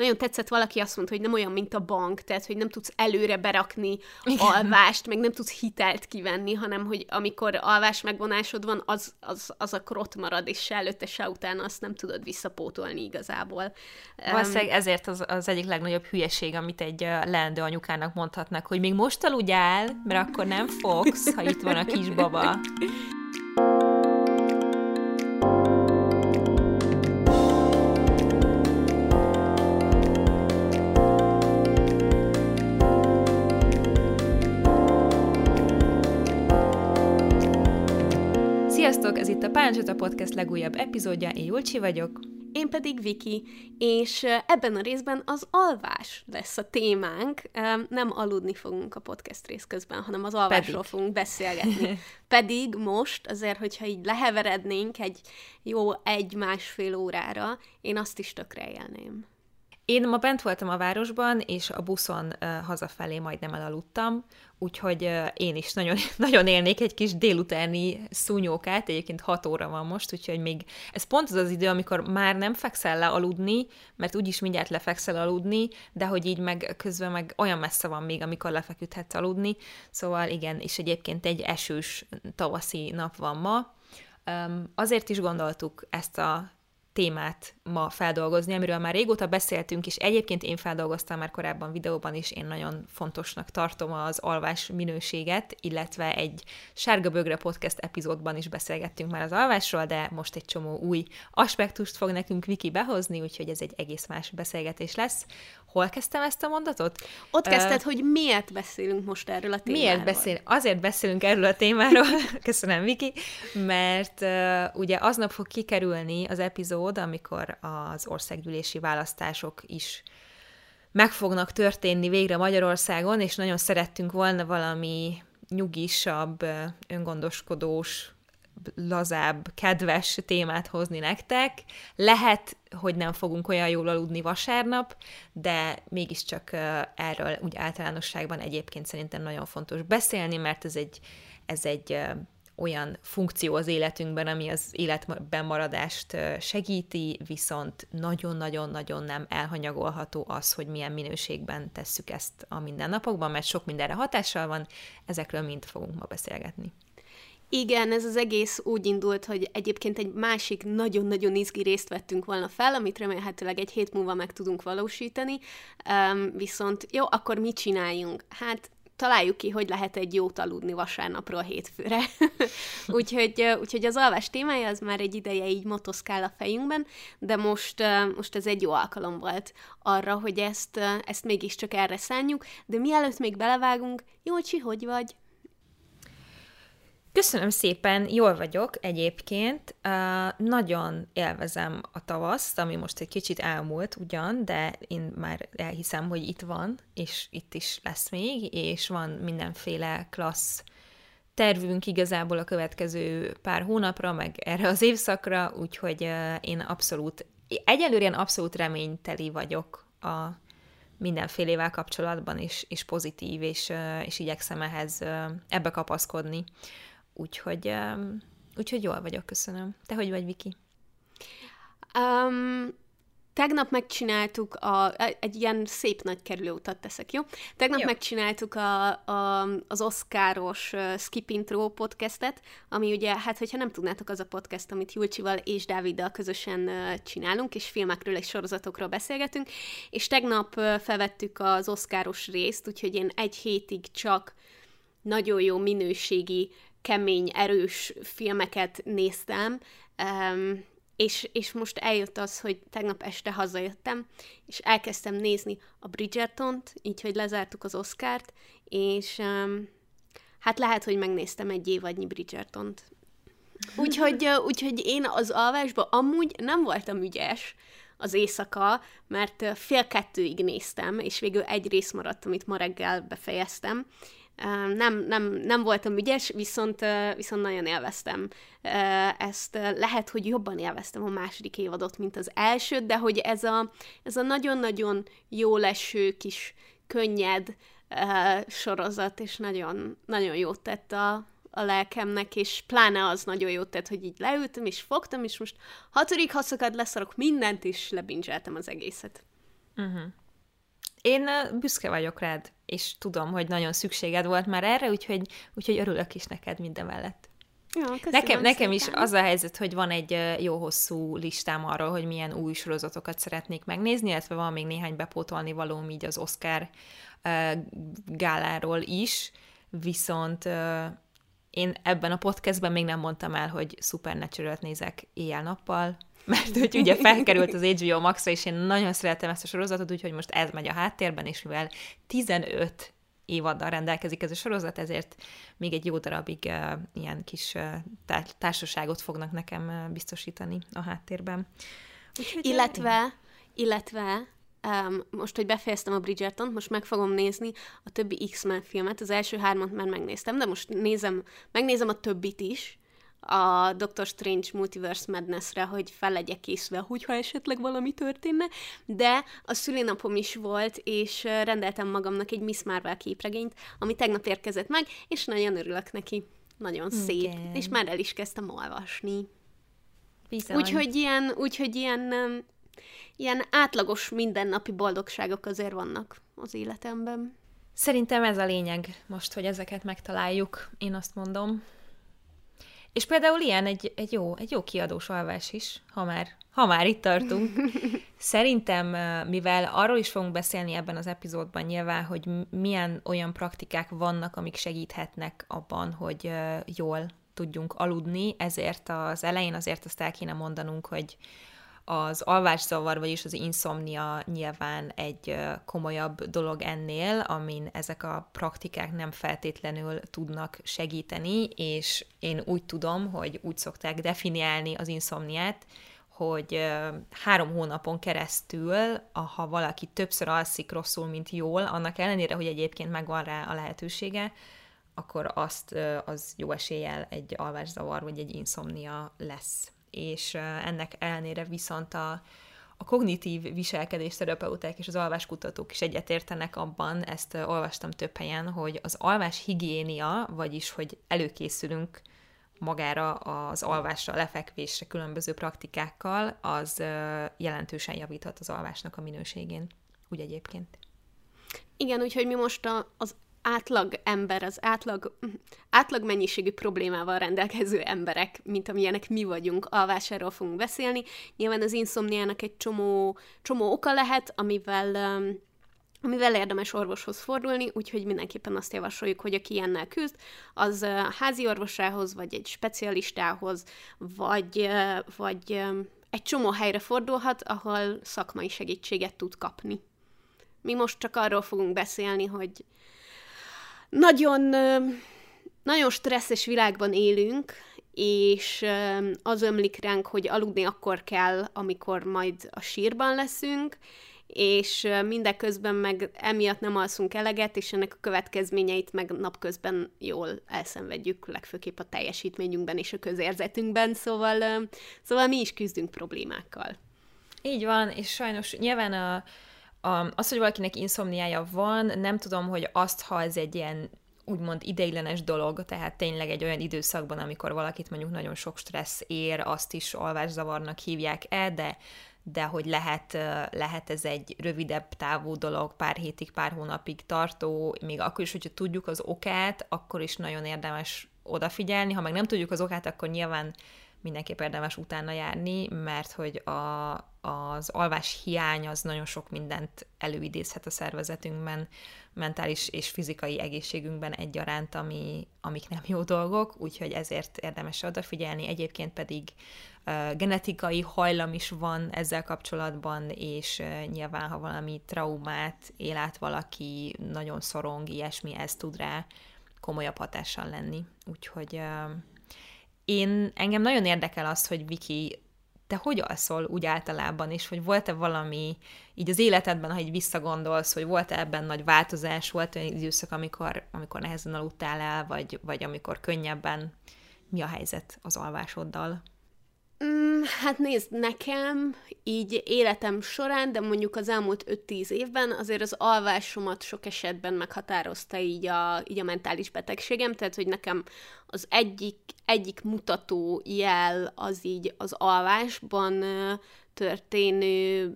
nagyon tetszett, valaki azt mondta, hogy nem olyan, mint a bank, tehát, hogy nem tudsz előre berakni alvást, meg nem tudsz hitelt kivenni, hanem, hogy amikor alvás megvonásod van, az akkor ott marad, és se előtte, se utána azt nem tudod visszapótolni igazából. Valószínűleg ezért az egyik legnagyobb hülyeség, amit egy leendő anyukának mondhatnak, hogy még most aludjál, mert akkor nem fogsz, ha itt van a kisbaba. Sziasztok, ez itt a Párancsota Podcast legújabb epizódja, én Julcsi vagyok. Én pedig Viki, és ebben a részben az alvás lesz a témánk. Nem aludni fogunk a podcast rész közben, hanem az alvásról fogunk beszélgetni. Pedig most, azért, hogyha így leheverednénk egy jó 1-1,5 órára, én azt is tökre élném. Én ma bent voltam a városban, és a buszon hazafelé majdnem elaludtam, úgyhogy én is nagyon, nagyon élnék egy kis délutáni szúnyókát, egyébként 6 óra van most, úgyhogy még ez pont az az idő, amikor már nem fekszel le aludni, mert úgyis mindjárt lefekszel aludni, de hogy így meg közben meg olyan messze van még, amikor lefeküdhetsz aludni, szóval igen, és egyébként egy esős tavaszi nap van ma. Azért is gondoltuk ezt a témát ma feldolgozni, amiről már régóta beszéltünk, és egyébként én feldolgoztam már korábban videóban is, én nagyon fontosnak tartom az alvás minőséget, illetve egy Sárga Bögre podcast epizódban is beszélgettünk már az alvásról, de most egy csomó új aspektust fog nekünk Viki behozni, úgyhogy ez egy egész más beszélgetés lesz. Hol kezdtem ezt a mondatot? Ott kezdted, hogy miért beszélünk most erről a témáról. Azért beszélünk erről a témáról, köszönöm Viki, mert ugye aznap fog kikerülni az epizód, amikor az országgyűlési választások is meg fognak történni végre Magyarországon, és nagyon szerettünk volna valami nyugisabb, öngondoskodós, lazább, kedves témát hozni nektek. Lehet, hogy nem fogunk olyan jól aludni vasárnap, de mégiscsak erről úgy általánosságban egyébként szerintem nagyon fontos beszélni, mert ez egy olyan funkció az életünkben, ami az életben maradást segíti, viszont nagyon-nagyon-nagyon nem elhanyagolható az, hogy milyen minőségben tesszük ezt a mindennapokban, mert sok mindenre hatással van, ezekről mind fogunk ma beszélgetni. Igen, ez az egész úgy indult, hogy egyébként egy másik nagyon-nagyon izgi részt vettünk volna fel, amit remélhetőleg egy hét múlva meg tudunk valósítani, viszont jó, akkor mit csináljunk? Hát találjuk ki, hogy lehet egy jót aludni vasárnapról hétfőre. úgyhogy az alvás témája az már egy ideje így motoszkál a fejünkben, de most ez egy jó alkalom volt arra, hogy ezt mégiscsak erre szánjuk, de mielőtt még belevágunk, Jócsi, hogy vagy? Köszönöm szépen, jól vagyok egyébként. Nagyon élvezem a tavaszt, ami most egy kicsit elmúlt ugyan, de én már elhiszem, hogy itt van, és itt is lesz még, és van mindenféle klassz tervünk igazából a következő pár hónapra, meg erre az évszakra, úgyhogy egyelőre én abszolút reményteli vagyok a mindenfélével kapcsolatban, és pozitív, és igyekszem ebbe kapaszkodni. Úgyhogy jól vagyok, köszönöm. Te hogy vagy, Viki? Tegnap megcsináltuk egy ilyen szép nagy kerülőutat teszek, jó? Tegnap megcsináltuk az Oscaros Skip Intro podcastet, ami ugye, hát hogyha nem tudnátok, az a podcast, amit Julcsival és Dáviddal közösen csinálunk, és filmekről és sorozatokról beszélgetünk, és tegnap felvettük az Oscaros részt, úgyhogy én egy hétig csak nagyon jó minőségi, kemény, erős filmeket néztem, és most eljött az, hogy tegnap este hazajöttem, és elkezdtem nézni a Bridgertont, így, hogy lezártuk az Oscart, és hát lehet, hogy megnéztem egy évadnyi Bridgertont. Úgyhogy én az alvásban amúgy nem voltam ügyes az éjszaka, mert 1:30 néztem, és végül egy rész maradt, amit ma reggel befejeztem. Nem voltam ügyes, viszont nagyon élveztem ezt. Lehet, hogy jobban élveztem a második évadot, mint az elsőt, de hogy ez a nagyon-nagyon jó leső kis könnyed sorozat, és nagyon, nagyon jót tett a lelkemnek, és pláne az nagyon jót tett, hogy így leültem, és fogtam, és most 6. haszakad leszarok mindent, és lebingeltem az egészet. Én büszke vagyok rád, és tudom, hogy nagyon szükséged volt már erre, úgyhogy örülök is neked mindemellett. Ja, nekem is az a helyzet, hogy van egy jó hosszú listám arról, hogy milyen új sorozatokat szeretnék megnézni, illetve van még néhány bepótolni valóm így az Oscar gáláról is, viszont én ebben a podcastben még nem mondtam el, hogy Supernatural-t nézek éjjel-nappal, mert hogy ugye felkerült az HBO Max-ra, és én nagyon szeretem ezt a sorozatot, úgyhogy most ez megy a háttérben, és mivel 15 évaddal rendelkezik ez a sorozat, ezért még egy jó darabig ilyen kis társaságot fognak nekem biztosítani a háttérben. Úgyhogy illetve most, hogy befejeztem a Bridgertont, most meg fogom nézni a többi X-Men filmet. Az első 3-at már megnéztem, de most megnézem a többit is, a Doctor Strange Multiverse Madness-re, hogy fel legyek készülve, hogyha esetleg valami történne, de a szülinapom is volt, és rendeltem magamnak egy Miss Marvel képregényt, ami tegnap érkezett meg, és nagyon örülök neki. Nagyon szép. Igen. És már el is kezdtem olvasni. Bizony. Úgyhogy ilyen átlagos mindennapi boldogságok azért vannak az életemben. Szerintem ez a lényeg most, hogy ezeket megtaláljuk, én azt mondom. És például ilyen egy jó kiadós alvás is, ha már itt tartunk. Szerintem, mivel arról is fogunk beszélni ebben az epizódban nyilván, hogy milyen olyan praktikák vannak, amik segíthetnek abban, hogy jól tudjunk aludni, ezért az elején azért azt el kéne mondanunk, hogy az alvászavar, vagyis az inszomnia nyilván egy komolyabb dolog ennél, amin ezek a praktikák nem feltétlenül tudnak segíteni, és én úgy tudom, hogy úgy szokták definiálni az inszomniát, hogy 3 hónapon keresztül, ha valaki többször alszik rosszul, mint jól, annak ellenére, hogy egyébként megvan rá a lehetősége, akkor az jó eséllyel egy alvászavar vagy egy inszomnia lesz. És ennek ellenére viszont a kognitív viselkedésterapeuták és az alváskutatók is egyetértenek abban, ezt olvastam több helyen, hogy az alvás higiénia, vagyis hogy előkészülünk magára az alvásra, a lefekvésre különböző praktikákkal, az jelentősen javíthat az alvásnak a minőségén. Úgy egyébként. Igen, úgyhogy mi most az átlag ember, az átlag mennyiségű problémával rendelkező emberek, mint amilyenek mi vagyunk, alvásáról fogunk beszélni. Nyilván az inszomniának egy csomó oka lehet, amivel érdemes orvoshoz fordulni, úgyhogy mindenképpen azt javasoljuk, hogy aki ilyennel küzd, az házi orvosához, vagy egy specialistához, vagy egy csomó helyre fordulhat, ahol szakmai segítséget tud kapni. Mi most csak arról fogunk beszélni, hogy nagyon, nagyon stresszes világban élünk, és az ömlik ránk, hogy aludni akkor kell, amikor majd a sírban leszünk, és mindeközben meg emiatt nem alszunk eleget, és ennek a következményeit meg napközben jól elszenvedjük, legfőképp a teljesítményünkben és a közérzetünkben, szóval mi is küzdünk problémákkal. Így van, és sajnos nyilván az, hogy valakinek inszomniája van, nem tudom, hogy azt, ha ez egy ilyen úgymond ideiglenes dolog, tehát tényleg egy olyan időszakban, amikor valakit mondjuk nagyon sok stressz ér, azt is alvászavarnak hívják-e, de hogy lehet ez egy rövidebb távú dolog, pár hétig, pár hónapig tartó, még akkor is, hogyha tudjuk az okát, akkor is nagyon érdemes odafigyelni. Ha meg nem tudjuk az okát, akkor nyilván mindenképp érdemes utána járni, mert hogy az alvás hiány az nagyon sok mindent előidézhet a szervezetünkben, mentális és fizikai egészségünkben egyaránt, amik nem jó dolgok, úgyhogy ezért érdemes odafigyelni. Egyébként pedig genetikai hajlam is van ezzel kapcsolatban, és nyilván, ha valami traumát él át valaki, nagyon szorong, ilyesmi, ez tud rá komolyabb hatással lenni. Úgyhogy engem nagyon érdekel az, hogy Viki, te hogy alszol úgy általában, és hogy volt-e valami így az életedben, ha így visszagondolsz, hogy volt-e ebben nagy változás, volt olyan időszak, amikor nehezen aludtál el, vagy amikor könnyebben? Mi a helyzet az alvásoddal? Hát nézd, nekem így életem során, de mondjuk az elmúlt 5-10 évben azért az alvásomat sok esetben meghatározta így a mentális betegségem, tehát hogy nekem az egyik mutató jel az így az alvásban történő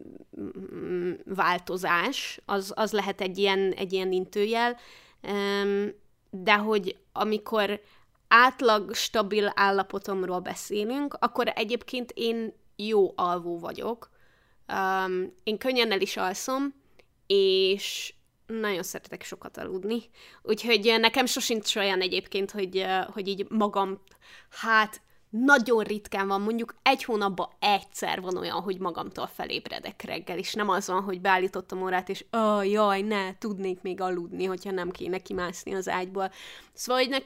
változás, az lehet egy ilyen intőjel, de hogy amikor átlag stabil állapotomról beszélünk, akkor egyébként én jó alvó vagyok. Én könnyen el is alszom, és nagyon szeretek sokat aludni. Úgyhogy nekem sosincs olyan egyébként, hogy így magam, nagyon ritkán van, mondjuk egy hónapban egyszer van olyan, hogy magamtól felébredek reggel, és nem az van, hogy beállítottam órát, és jaj, ne, tudnék még aludni, hogyha nem kéne kimászni az ágyból. Szóval, hogy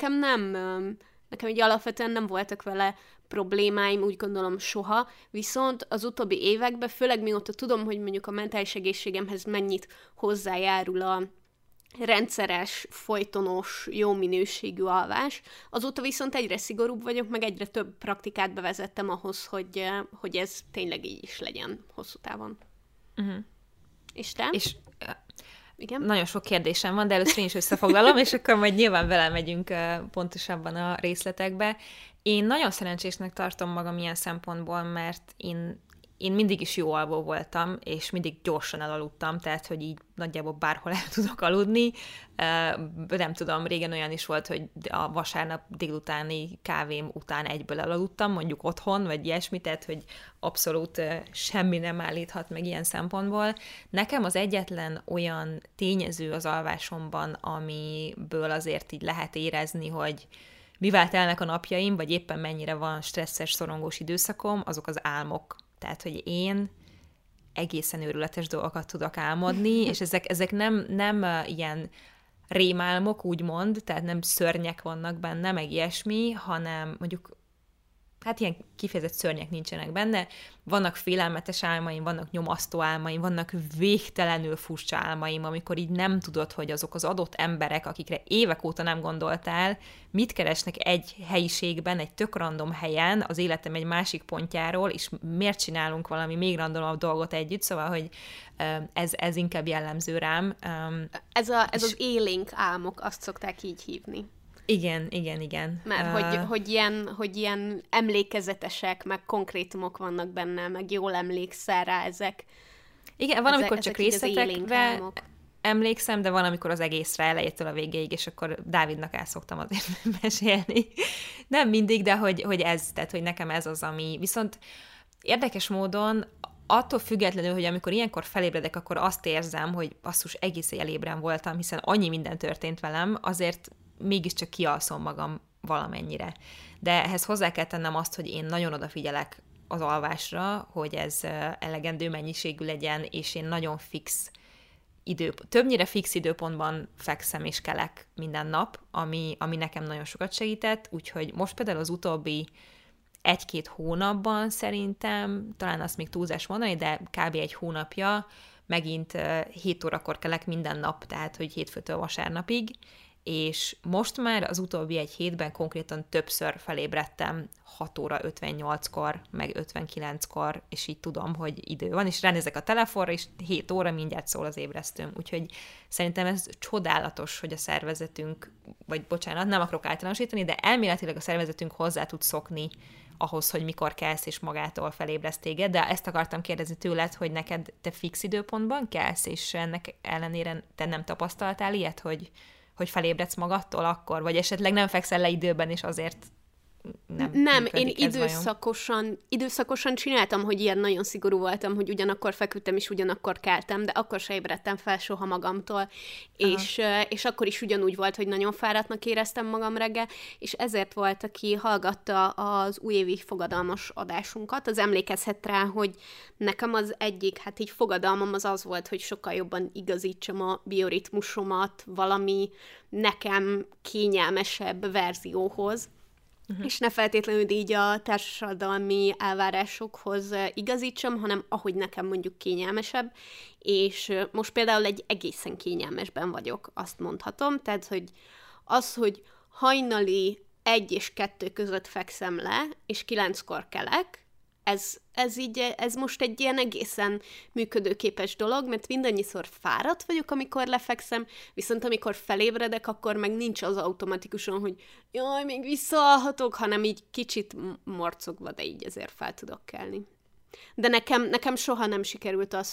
nekem így alapvetően nem voltak vele problémáim, úgy gondolom soha, viszont az utóbbi években, főleg mióta tudom, hogy mondjuk a mentális egészségemhez mennyit hozzájárul a rendszeres, folytonos, jó minőségű alvás, azóta viszont egyre szigorúbb vagyok, meg egyre több praktikát bevezettem ahhoz, hogy ez tényleg így is legyen hosszú távon. Uh-huh. És te? És igen? Nagyon sok kérdésem van, de először én is összefoglalom, és akkor majd nyilván vele megyünk pontosabban a részletekbe. Én nagyon szerencsésnek tartom magam ilyen szempontból, mert én mindig is jó alvó voltam, és mindig gyorsan elaludtam, tehát, hogy így nagyjából bárhol el tudok aludni. Nem tudom, régen olyan is volt, hogy a vasárnap délutáni kávém után egyből elaludtam, mondjuk otthon, vagy ilyesmi, tehát, hogy abszolút semmi nem állíthat meg ilyen szempontból. Nekem az egyetlen olyan tényező az alvásomban, amiből azért így lehet érezni, hogy mivel telnek a napjaim, vagy éppen mennyire van stresszes, szorongós időszakom, azok az álmok. Tehát, hogy én egészen őrületes dolgokat tudok álmodni, és ezek nem ilyen rémálmok, úgymond, tehát nem szörnyek vannak benne, meg ilyesmi, hanem mondjuk, hát ilyen kifejezett szörnyek nincsenek benne, vannak félelmetes álmaim, vannak nyomasztó álmaim, vannak végtelenül furcsa álmaim, amikor így nem tudod, hogy azok az adott emberek, akikre évek óta nem gondoltál, mit keresnek egy helyiségben, egy tök random helyen, az életem egy másik pontjáról, és miért csinálunk valami még randomabb dolgot együtt, szóval, hogy ez inkább jellemző rám. Ez az élénk álmok, azt szokták így hívni. Igen. Mert hogy ilyen emlékezetesek, meg konkrétumok vannak benne, meg jól emlékszel rá ezek. Igen, van, amikor csak részletekre emlékszem, de van, amikor az egészre elejétől a végéig, és akkor Dávidnak el szoktam azért mesélni. Nem mindig, de hogy ez, tehát hogy nekem ez az, ami... Viszont érdekes módon attól függetlenül, hogy amikor ilyenkor felébredek, akkor azt érzem, hogy basszus, egész éjjel ébren voltam, hiszen annyi minden történt velem, azért mégiscsak kialszom magam valamennyire. De ehhez hozzá kell tennem azt, hogy én nagyon odafigyelek az alvásra, hogy ez elegendő mennyiségű legyen, és én nagyon többnyire fix időpontban fekszem és kelek minden nap, ami nekem nagyon sokat segített, úgyhogy most például az utóbbi 1-2 hónapban szerintem, talán azt még túlzás mondani, de kb. 1 hónapja megint 7 órakor kelek minden nap, tehát hogy hétfőtől vasárnapig, és most már az utóbbi 1 hétben konkrétan többször felébredtem 6 óra 58-kor, meg 59-kor, és így tudom, hogy idő van, és ránézek a telefonra, és 7 óra mindjárt szól az ébresztőm. Úgyhogy szerintem ez csodálatos, hogy a szervezetünk, vagy bocsánat, nem akarok általánosítani, de elméletileg a szervezetünk hozzá tud szokni ahhoz, hogy mikor kelsz, és magától felébreszt téged, de ezt akartam kérdezni tőled, hogy neked te fix időpontban kelsz, és ennek ellenére te nem tapasztaltál ilyet, hogy felébredsz magadtól akkor, vagy esetleg nem fekszel le időben, és azért nem én időszakosan csináltam, hogy ilyen nagyon szigorú voltam, hogy ugyanakkor feküdtem, és ugyanakkor keltem, de akkor se ébredtem fel soha magamtól, és akkor is ugyanúgy volt, hogy nagyon fáradtnak éreztem magam reggel, és ezért volt, aki hallgatta az újévi fogadalmas adásunkat, az emlékezhet rá, hogy nekem az egyik, hát így fogadalmam az volt, hogy sokkal jobban igazítsam a bioritmusomat valami nekem kényelmesebb verzióhoz, és ne feltétlenül így a társadalmi elvárásokhoz igazítsam, hanem ahogy nekem mondjuk kényelmesebb, és most például egy egészen kényelmesben vagyok, azt mondhatom, tehát, hogy hajnali 1 és 2 között fekszem le, és 9-kor kelek, ez most egy ilyen egészen működőképes dolog, mert mindannyiszor fáradt vagyok, amikor lefekszem, viszont amikor felébredek, akkor meg nincs az automatikusan, hogy jaj, még visszaalhatok, hanem így kicsit morcogva, de így ezért fel tudok kelni. De nekem soha nem sikerült az,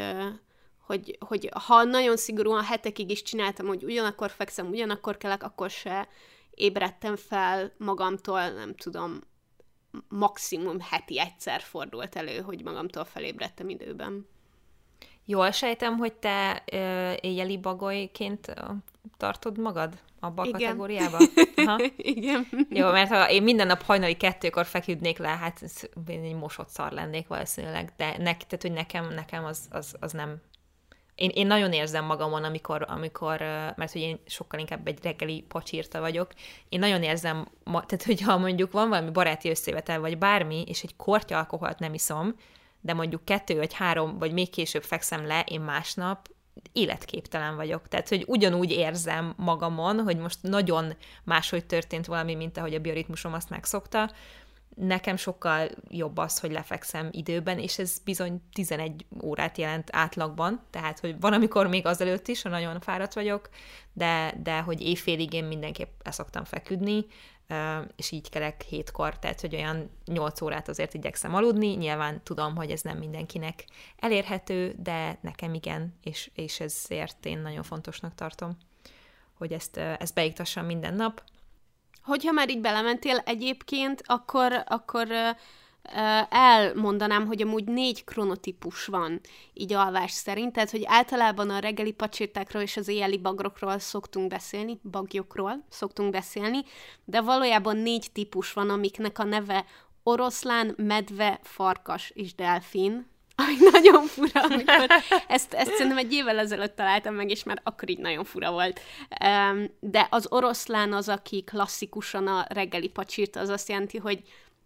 hogy ha nagyon szigorúan hetekig is csináltam, hogy ugyanakkor fekszem, ugyanakkor kelek, akkor se ébredtem fel magamtól, nem tudom, maximum heti egyszer fordult elő, hogy magamtól felébredtem időben. Jól sejtem, hogy te éjjeli bagolyként tartod magad abba a kategóriába? Aha. Igen. Jó, mert ha én minden nap hajnali 2-kor feküdnék le, hát én egy mosott szar lennék valószínűleg, de tehát, hogy nekem az nem. Én nagyon érzem magamon, amikor mert hogy én sokkal inkább egy reggeli pacsírta vagyok, én nagyon érzem, tehát hogyha mondjuk van valami baráti összevetel, vagy bármi, és egy kortya alkoholt nem iszom, de mondjuk 2 vagy 3, vagy még később fekszem le, én másnap életképtelen vagyok. Tehát, hogy ugyanúgy érzem magamon, hogy most nagyon máshogy történt valami, mint ahogy a bioritmusom azt megszokta. Nekem sokkal jobb az, hogy lefekszem időben, és ez bizony 11 órát jelent átlagban, tehát, hogy van, amikor még azelőtt is, ha nagyon fáradt vagyok, de hogy éjfélig én mindenképp szoktam feküdni, és így kelek 7-kor, tehát, hogy olyan 8 órát azért igyekszem aludni. Nyilván tudom, hogy ez nem mindenkinek elérhető, de nekem igen, és ezért én nagyon fontosnak tartom, hogy ezt beiktassam minden nap. Hogyha már így belementél egyébként, akkor elmondanám, hogy amúgy 4 kronotípus van így alvás szerint, tehát hogy általában a reggeli pacsirtákról és az éjjeli bagyokról szoktunk beszélni, de valójában 4 típus van, amiknek a neve oroszlán, medve, farkas és delfin, ami nagyon fura, amikor ezt szerintem egy évvel ezelőtt találtam meg, és már akkor így nagyon fura volt. De az oroszlán az, aki klasszikusan a reggeli pacsirta, az azt jelenti, hogy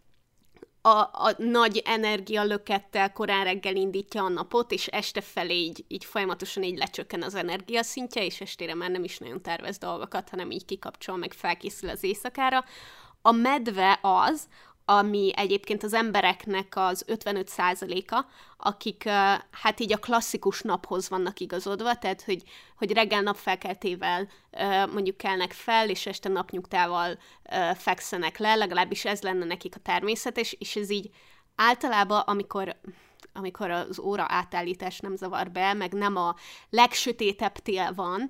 a nagy energialökettel korán reggel indítja a napot, és este felé így folyamatosan így lecsökken az energiaszintje, és estére már nem is nagyon tervez dolgokat, hanem így kikapcsol, meg felkészül az éjszakára. A medve az, ami egyébként az embereknek az 55%-a, akik hát így a klasszikus naphoz vannak igazodva, tehát hogy reggel napfelkeltével mondjuk kelnek fel, és este napnyugtával fekszenek le, legalábbis ez lenne nekik a természetes, és ez így általában, amikor az óra átállítás nem zavar be, meg nem a legsötétebb tél van,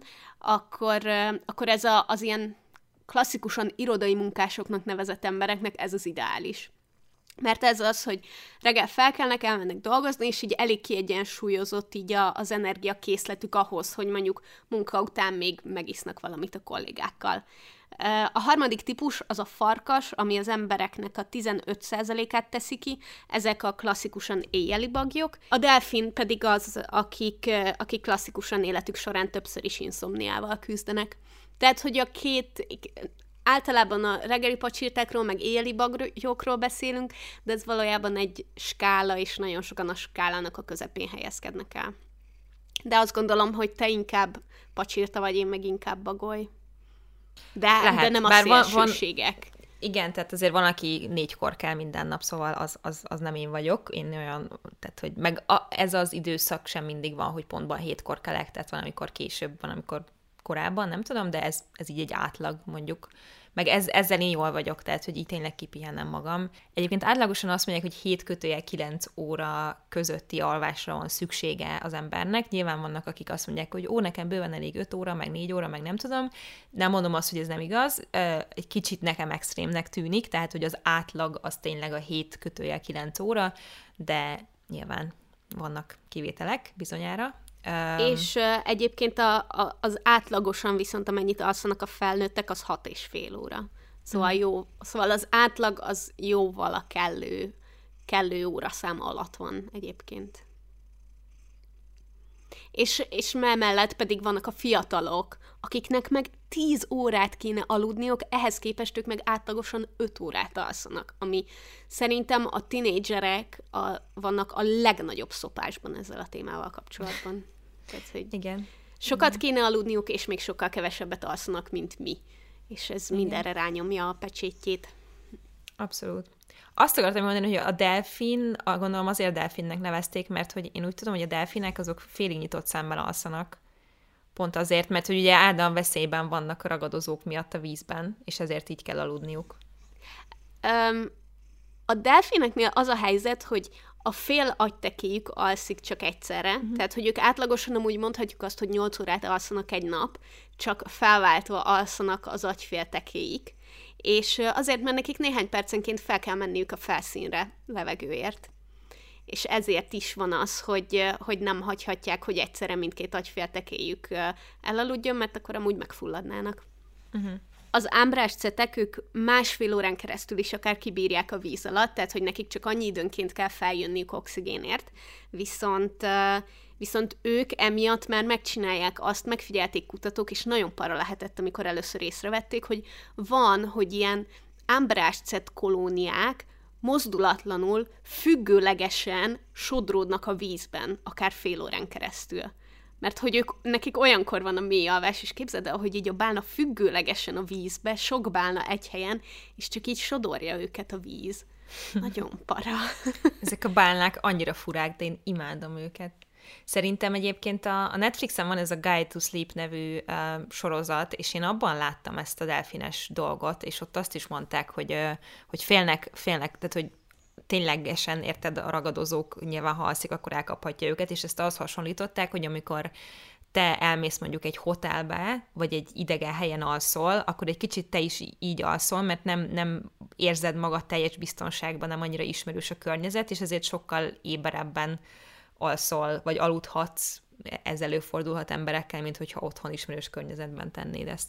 akkor ez az ilyen klasszikusan irodai munkásoknak nevezett embereknek ez az ideális. Mert ez az, hogy reggel felkelnek, elmennek dolgozni, és így elég kiegyensúlyozott így az energiakészletük ahhoz, hogy mondjuk munka után még megisznak valamit a kollégákkal. A harmadik típus az a farkas, ami az embereknek a 15%-át teszi ki, ezek a klasszikusan éjjeli bagyok. A delfin pedig az, akik klasszikusan életük során többször is inszomniával küzdenek. Tehát, hogy általában a reggeli pacsirtákról, meg éjjeli bagyokról beszélünk, de ez valójában egy skála, és nagyon sokan a skálának a közepén helyezkednek el. De azt gondolom, hogy te inkább pacsirta vagy, én meg inkább bagoly. De nem a szélsőségek. Igen, tehát azért van, aki 4-kor kell minden nap, szóval az nem én vagyok. Én olyan, tehát hogy ez az időszak sem mindig van, hogy pontban 7-kor kelek, tehát van, amikor később, van, amikor korábban, nem tudom, de ez így egy átlag, mondjuk. Meg ezzel én jól vagyok, tehát, hogy így tényleg kipihenem magam. Egyébként átlagosan azt mondják, hogy 7-9 óra közötti alvásra van szüksége az embernek. Nyilván vannak, akik azt mondják, hogy nekem bőven elég 5 óra, meg 4 óra, meg nem tudom. Nem mondom azt, hogy ez nem igaz. Egy kicsit nekem extrémnek tűnik, tehát, hogy az átlag az tényleg a 7-9 óra, de nyilván vannak kivételek bizonyára. És egyébként az átlagosan viszont amennyit alszanak a felnőttek, az 6,5 óra. Szóval az átlag az jóval a kellő óraszám alatt van egyébként. És mellett pedig vannak a fiatalok, akiknek meg 10 órát kéne aludniuk, ehhez képest ők meg átlagosan 5 órát alszanak, ami szerintem a tinédzserek vannak a legnagyobb szopásban ezzel a témával kapcsolatban. Tehát, hogy igen. Sokat kéne aludniuk, és még sokkal kevesebbet alszanak, mint mi. És ez mindenre rányomja a pecsétjét. Abszolút. Azt akartam mondani, hogy a delfin, gondolom azért delfinnek nevezték, mert hogy én úgy tudom, hogy a delfinek azok félig nyitott szemmel alszanak. Pont azért, mert hogy ugye állandóan veszélyben vannak a ragadozók miatt a vízben, és ezért így kell aludniuk. A delfineknél az a helyzet, hogy a fél agytekéjük alszik csak egyszerre, tehát hogy ők átlagosan amúgy mondhatjuk azt, hogy 8 órát alszanak egy nap, csak felváltva alszanak az agyféltekéik, és azért, mert nekik néhány percenként fel kell menniük a felszínre levegőért. És ezért is van az, hogy nem hagyhatják, hogy egyszerre mindkét agyféltekéjük elaludjon, mert akkor amúgy megfulladnának. Az ámbráscetek, ők 1,5 órán keresztül is akár kibírják a víz alatt, tehát hogy nekik csak annyi időnként kell feljönniük oxigénért, viszont ők emiatt már megcsinálják azt, megfigyelték kutatók, és nagyon para lehetett, amikor először észrevették, hogy van, hogy ilyen ámbráscet kolóniák mozdulatlanul, függőlegesen sodródnak a vízben, akár fél órán keresztül. Mert hogy nekik olyankor van a mély alvás, és képzeld el, hogy így a bálna függőlegesen a vízbe, sok bálna egy helyen, és csak így sodorja őket a víz. Nagyon para. Ezek a bálnák annyira furák, de én imádom őket. Szerintem egyébként a Netflixen van ez a Guide to Sleep nevű sorozat, és én abban láttam ezt a delfines dolgot, és ott azt is mondták, hogy félnek, tehát hogy ténylegesen, érted, a ragadozók nyilván, ha alszik, akkor elkaphatja őket, és ezt ahhoz hasonlították, hogy amikor te elmész mondjuk egy hotelbe, vagy egy idegen helyen alszol, akkor egy kicsit te is így alszol, mert nem érzed magad teljes biztonságban, nem annyira ismerős a környezet, és ezért sokkal éberebben alszol, vagy aludhatsz, ez előfordulhat emberekkel, mint hogyha otthon ismerős környezetben tennéd ezt.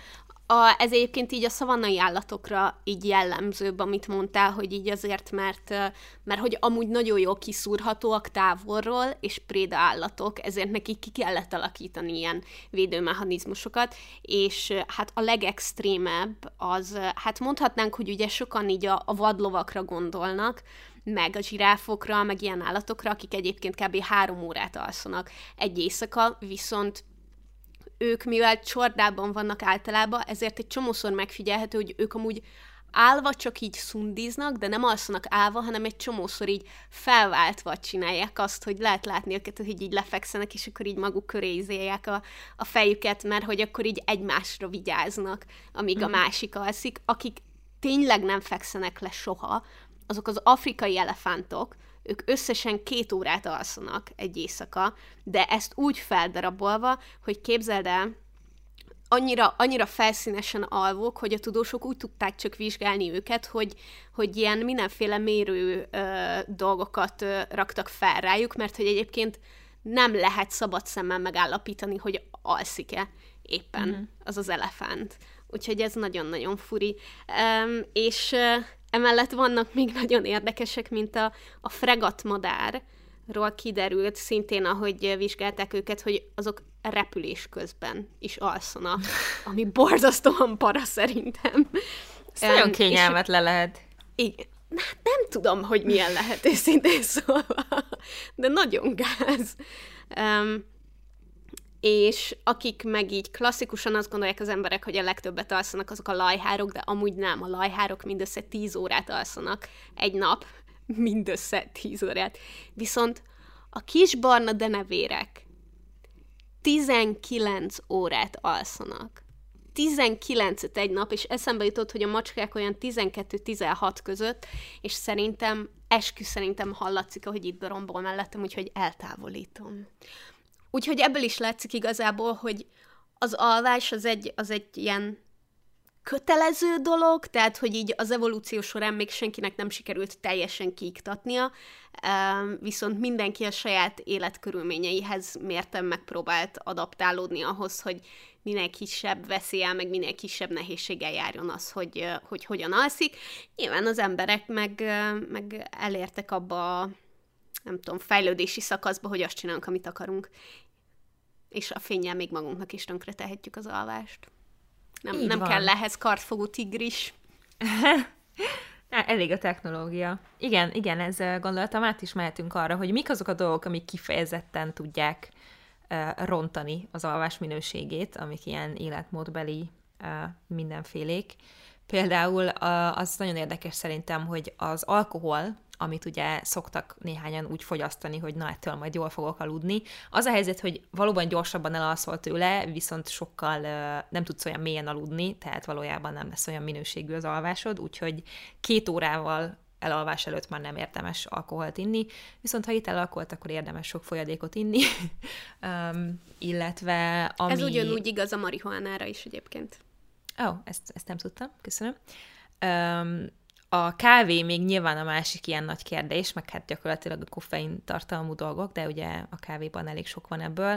Ez egyébként így a szavannai állatokra így jellemzőbb, amit mondtál, hogy így azért, mert hogy amúgy nagyon jól kiszúrhatóak távolról, és préda állatok, ezért nekik ki kellett alakítani ilyen védőmechanizmusokat, és hát a legextrémebb az, hát mondhatnánk, hogy ugye sokan így a vadlovakra gondolnak, meg a zsiráfokra, meg ilyen állatokra, akik egyébként kb. 3 órát alszanak egy éjszaka, viszont ők, mivel csordában vannak általában, ezért egy csomószor megfigyelhető, hogy ők amúgy állva csak így szundiznak, de nem alszanak állva, hanem egy csomószor így felváltva csinálják azt, hogy lehet látni őket, hogy így lefekszenek, és akkor így maguk köré izélják a fejüket, mert hogy akkor így egymásra vigyáznak, amíg a másik alszik. Akik tényleg nem fekszenek le soha, azok az afrikai elefántok, ők összesen 2 órát alszanak egy éjszaka, de ezt úgy feldarabolva, hogy képzeld el, annyira felszínesen alvók, hogy a tudósok úgy tudták csak vizsgálni őket, hogy ilyen mindenféle mérő dolgokat raktak fel rájuk, mert hogy egyébként nem lehet szabad szemmel megállapítani, hogy alszik-e éppen az elefánt. Úgyhogy ez nagyon-nagyon furi. És emellett vannak még nagyon érdekesek, mint a fregattmadárról kiderült, szintén ahogy vizsgálták őket, hogy azok repülés közben is alszanak, ami borzasztóan para szerintem. Ez nagyon kényelmetlen lehet. Igen. Nem tudom, hogy milyen lehet őszintén szólva, de nagyon gáz. És akik meg így klasszikusan azt gondolják az emberek, hogy a legtöbbet alszanak, azok a lajhárok, de amúgy nem, a lajhárok mindössze 10 órát alszanak egy nap, mindössze 10 órát. Viszont a kis barna denevérek 19 órát alszanak. 19-et egy nap, és eszembe jutott, hogy a macskák olyan 12-16 között, és szerintem hallatszik, ahogy itt dorombol mellettem, úgyhogy eltávolítom. Úgyhogy ebből is látszik igazából, hogy az alvás az egy ilyen kötelező dolog, tehát, hogy így az evolúció során még senkinek nem sikerült teljesen kiiktatnia, viszont mindenki a saját életkörülményeihez mérten megpróbált adaptálódni ahhoz, hogy minél kisebb veszéllyel, meg minél kisebb nehézséggel járjon az, hogy hogyan alszik. Nyilván az emberek meg elértek abba a, nem tudom, fejlődési szakaszba, hogy azt csinálunk, amit akarunk. És a fénnyel még magunknak is tönkre tehetjük az alvást. Nem kell ehhez kartfogó tigris. Elég a technológia. Igen, ez gondoltam, át is mehetünk arra, hogy mik azok a dolgok, amik kifejezetten tudják rontani az alvás minőségét, amik ilyen életmódbeli mindenfélék. Például az nagyon érdekes szerintem, hogy az alkohol, amit ugye szoktak néhányan úgy fogyasztani, hogy na, ettől majd jól fogok aludni. Az a helyzet, hogy valóban gyorsabban elalszol tőle, viszont sokkal nem tudsz olyan mélyen aludni, tehát valójában nem lesz olyan minőségű az alvásod, úgyhogy 2 órával elalvás előtt már nem érdemes alkoholt inni, viszont ha ital alkoholt, akkor érdemes sok folyadékot inni, illetve ami... Ez ugyanúgy igaz a marihuánára is egyébként. Ezt nem tudtam, köszönöm. A kávé még nyilván a másik ilyen nagy kérdés, meg hát gyakorlatilag a koffein tartalmú dolgok, de ugye a kávéban elég sok van ebből.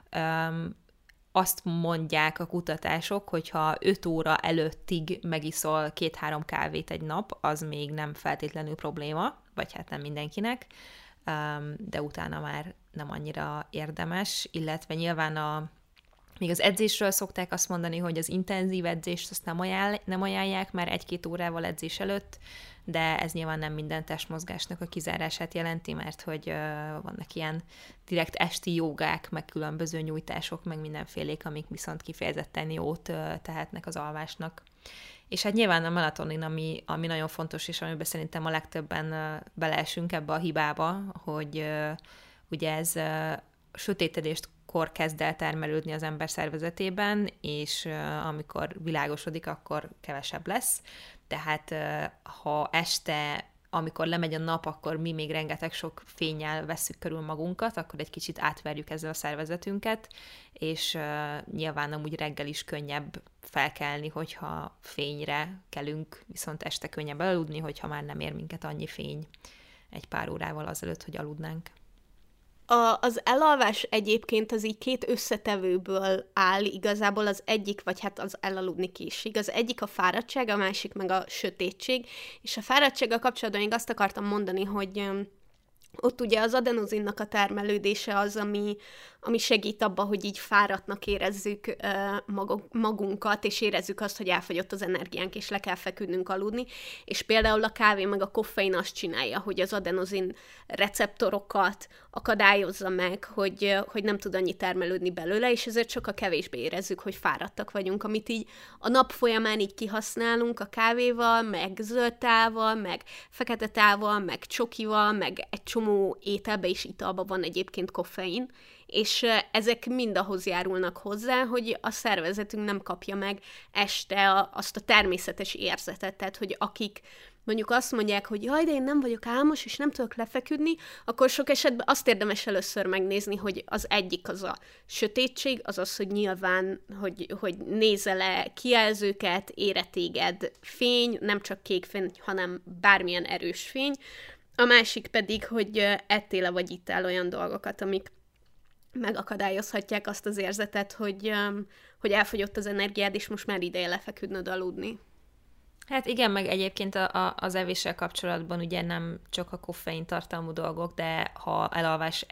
Azt mondják a kutatások, hogyha 5 óra előttig megiszol 2-3 kávét egy nap, az még nem feltétlenül probléma, vagy hát nem mindenkinek, de utána már nem annyira érdemes, illetve nyilván még az edzésről szokták azt mondani, hogy az intenzív edzést azt nem ajánlják már 1-2 órával edzés előtt, de ez nyilván nem minden testmozgásnak a kizárását jelenti, mert hogy vannak ilyen direkt esti jogák, meg különböző nyújtások, meg mindenfélék, amik viszont kifejezetten jót tehetnek az alvásnak. És hát nyilván a melatonin, ami nagyon fontos, és amiben szerintem a legtöbben beleesünk ebbe a hibába, hogy ugye ez sötétedést kor kezd el termelődni az ember szervezetében, és amikor világosodik, akkor kevesebb lesz. Tehát ha este, amikor lemegy a nap, akkor mi még rengeteg sok fénnyel vesszük körül magunkat, akkor egy kicsit átverjük ezzel a szervezetünket, és nyilván amúgy reggel is könnyebb felkelni, hogyha fényre kelünk, viszont este könnyebb aludni, hogyha már nem ér minket annyi fény egy pár órával azelőtt, hogy aludnánk. Az elalvás egyébként az így 2 összetevőből áll igazából, az egyik, vagy hát az elaludni késik. Az egyik a fáradtság, a másik meg a sötétség, és a fáradtsággal kapcsolatban még azt akartam mondani, hogy ott ugye az adenozinnak a termelődése az, ami segít abba, hogy így fáradtnak érezzük magunkat, és érezzük azt, hogy elfogyott az energiánk, és le kell feküdnünk aludni. És például a kávé meg a koffein azt csinálja, hogy az adenozin receptorokat akadályozza meg, hogy nem tud annyi termelődni belőle, és ezért sokkal kevésbé érezzük, hogy fáradtak vagyunk, amit így a nap folyamán így kihasználunk a kávéval, meg zöld tával, meg fekete tával, meg csokival, meg egy csomó ételbe és italba van egyébként koffein, és ezek mind ahhoz járulnak hozzá, hogy a szervezetünk nem kapja meg este azt a természetes érzetet, tehát hogy akik mondjuk azt mondják, hogy jaj, de én nem vagyok álmos, és nem tudok lefeküdni, akkor sok esetben azt érdemes először megnézni, hogy az egyik az a sötétség, az, hogy nyilván, hogy nézel le kijelzőket, ére téged fény, nem csak kék fény, hanem bármilyen erős fény. A másik pedig, hogy ettél vagy ittál olyan dolgokat, amik megakadályozhatják azt az érzetet, hogy elfogyott az energiád, és most már ideje lefeküdnöd aludni. Hát igen, meg egyébként az evéssel kapcsolatban ugye nem csak a koffein tartalmú dolgok, de ha elalvás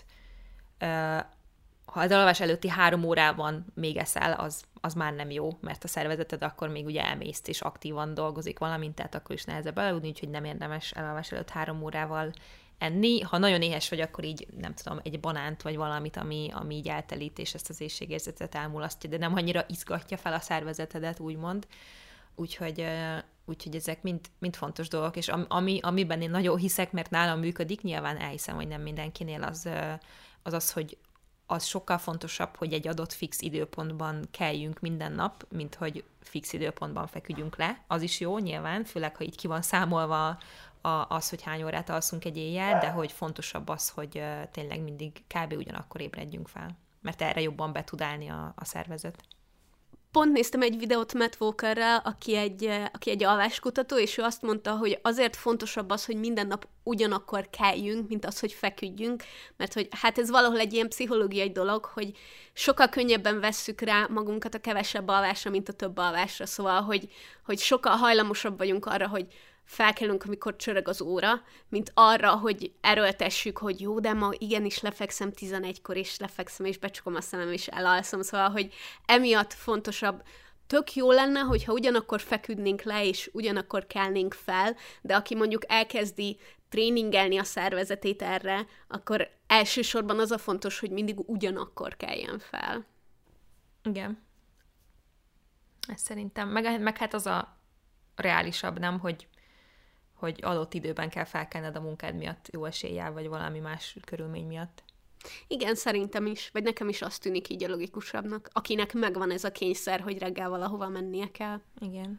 előtti 3 órában még eszel, az már nem jó, mert a szervezeted akkor még ugye elmészt és aktívan dolgozik valamint, tehát akkor is nehezebb aludni, úgyhogy nem érdemes elalvás előtt 3 órával enni. Ha nagyon éhes vagy, akkor így, nem tudom, egy banánt vagy valamit, ami így eltelít, és ezt az éhségérzetet elmulasztja, de nem annyira izgatja fel a szervezetedet, úgymond. Úgyhogy ezek mind fontos dolgok, és amiben én nagyon hiszek, mert nálam működik, nyilván elhiszem, hogy nem mindenkinél az, hogy az sokkal fontosabb, hogy egy adott fix időpontban keljünk minden nap, mint hogy fix időpontban feküdjünk le. Az is jó, nyilván, főleg, ha így ki van számolva az, hogy hány órát alszunk egy éjjel, de hogy fontosabb az, hogy tényleg mindig kb. Ugyanakkor ébredjünk fel, mert erre jobban be tud állni a szervezet. Pont néztem egy videót Matt Walkerrel, aki egy alváskutató, és ő azt mondta, hogy azért fontosabb az, hogy minden nap ugyanakkor keljünk, mint az, hogy feküdjünk, mert hogy hát ez valahol egy ilyen pszichológiai dolog, hogy sokkal könnyebben vesszük rá magunkat a kevesebb alvásra, mint a több alvásra, szóval, hogy sokkal hajlamosabb vagyunk arra, hogy felkelünk, amikor csörög az óra, mint arra, hogy erőltessük, hogy jó, de ma igenis lefekszem 11-kor, és lefekszem, és becsukom a szemem, és elalszom. Szóval, hogy emiatt fontosabb, tök jó lenne, hogyha ugyanakkor feküdnénk le, és ugyanakkor kelnénk fel, de aki mondjuk elkezdi tréningelni a szervezetét erre, akkor elsősorban az a fontos, hogy mindig ugyanakkor keljen fel. Igen. Ez szerintem, meg hát az a reálisabb, nem, hogy adott időben kell felkelned a munkád miatt jó eséllyel, vagy valami más körülmény miatt. Igen, szerintem is, vagy nekem is azt tűnik így a logikusabbnak, akinek megvan ez a kényszer, hogy reggel valahova mennie kell. Igen.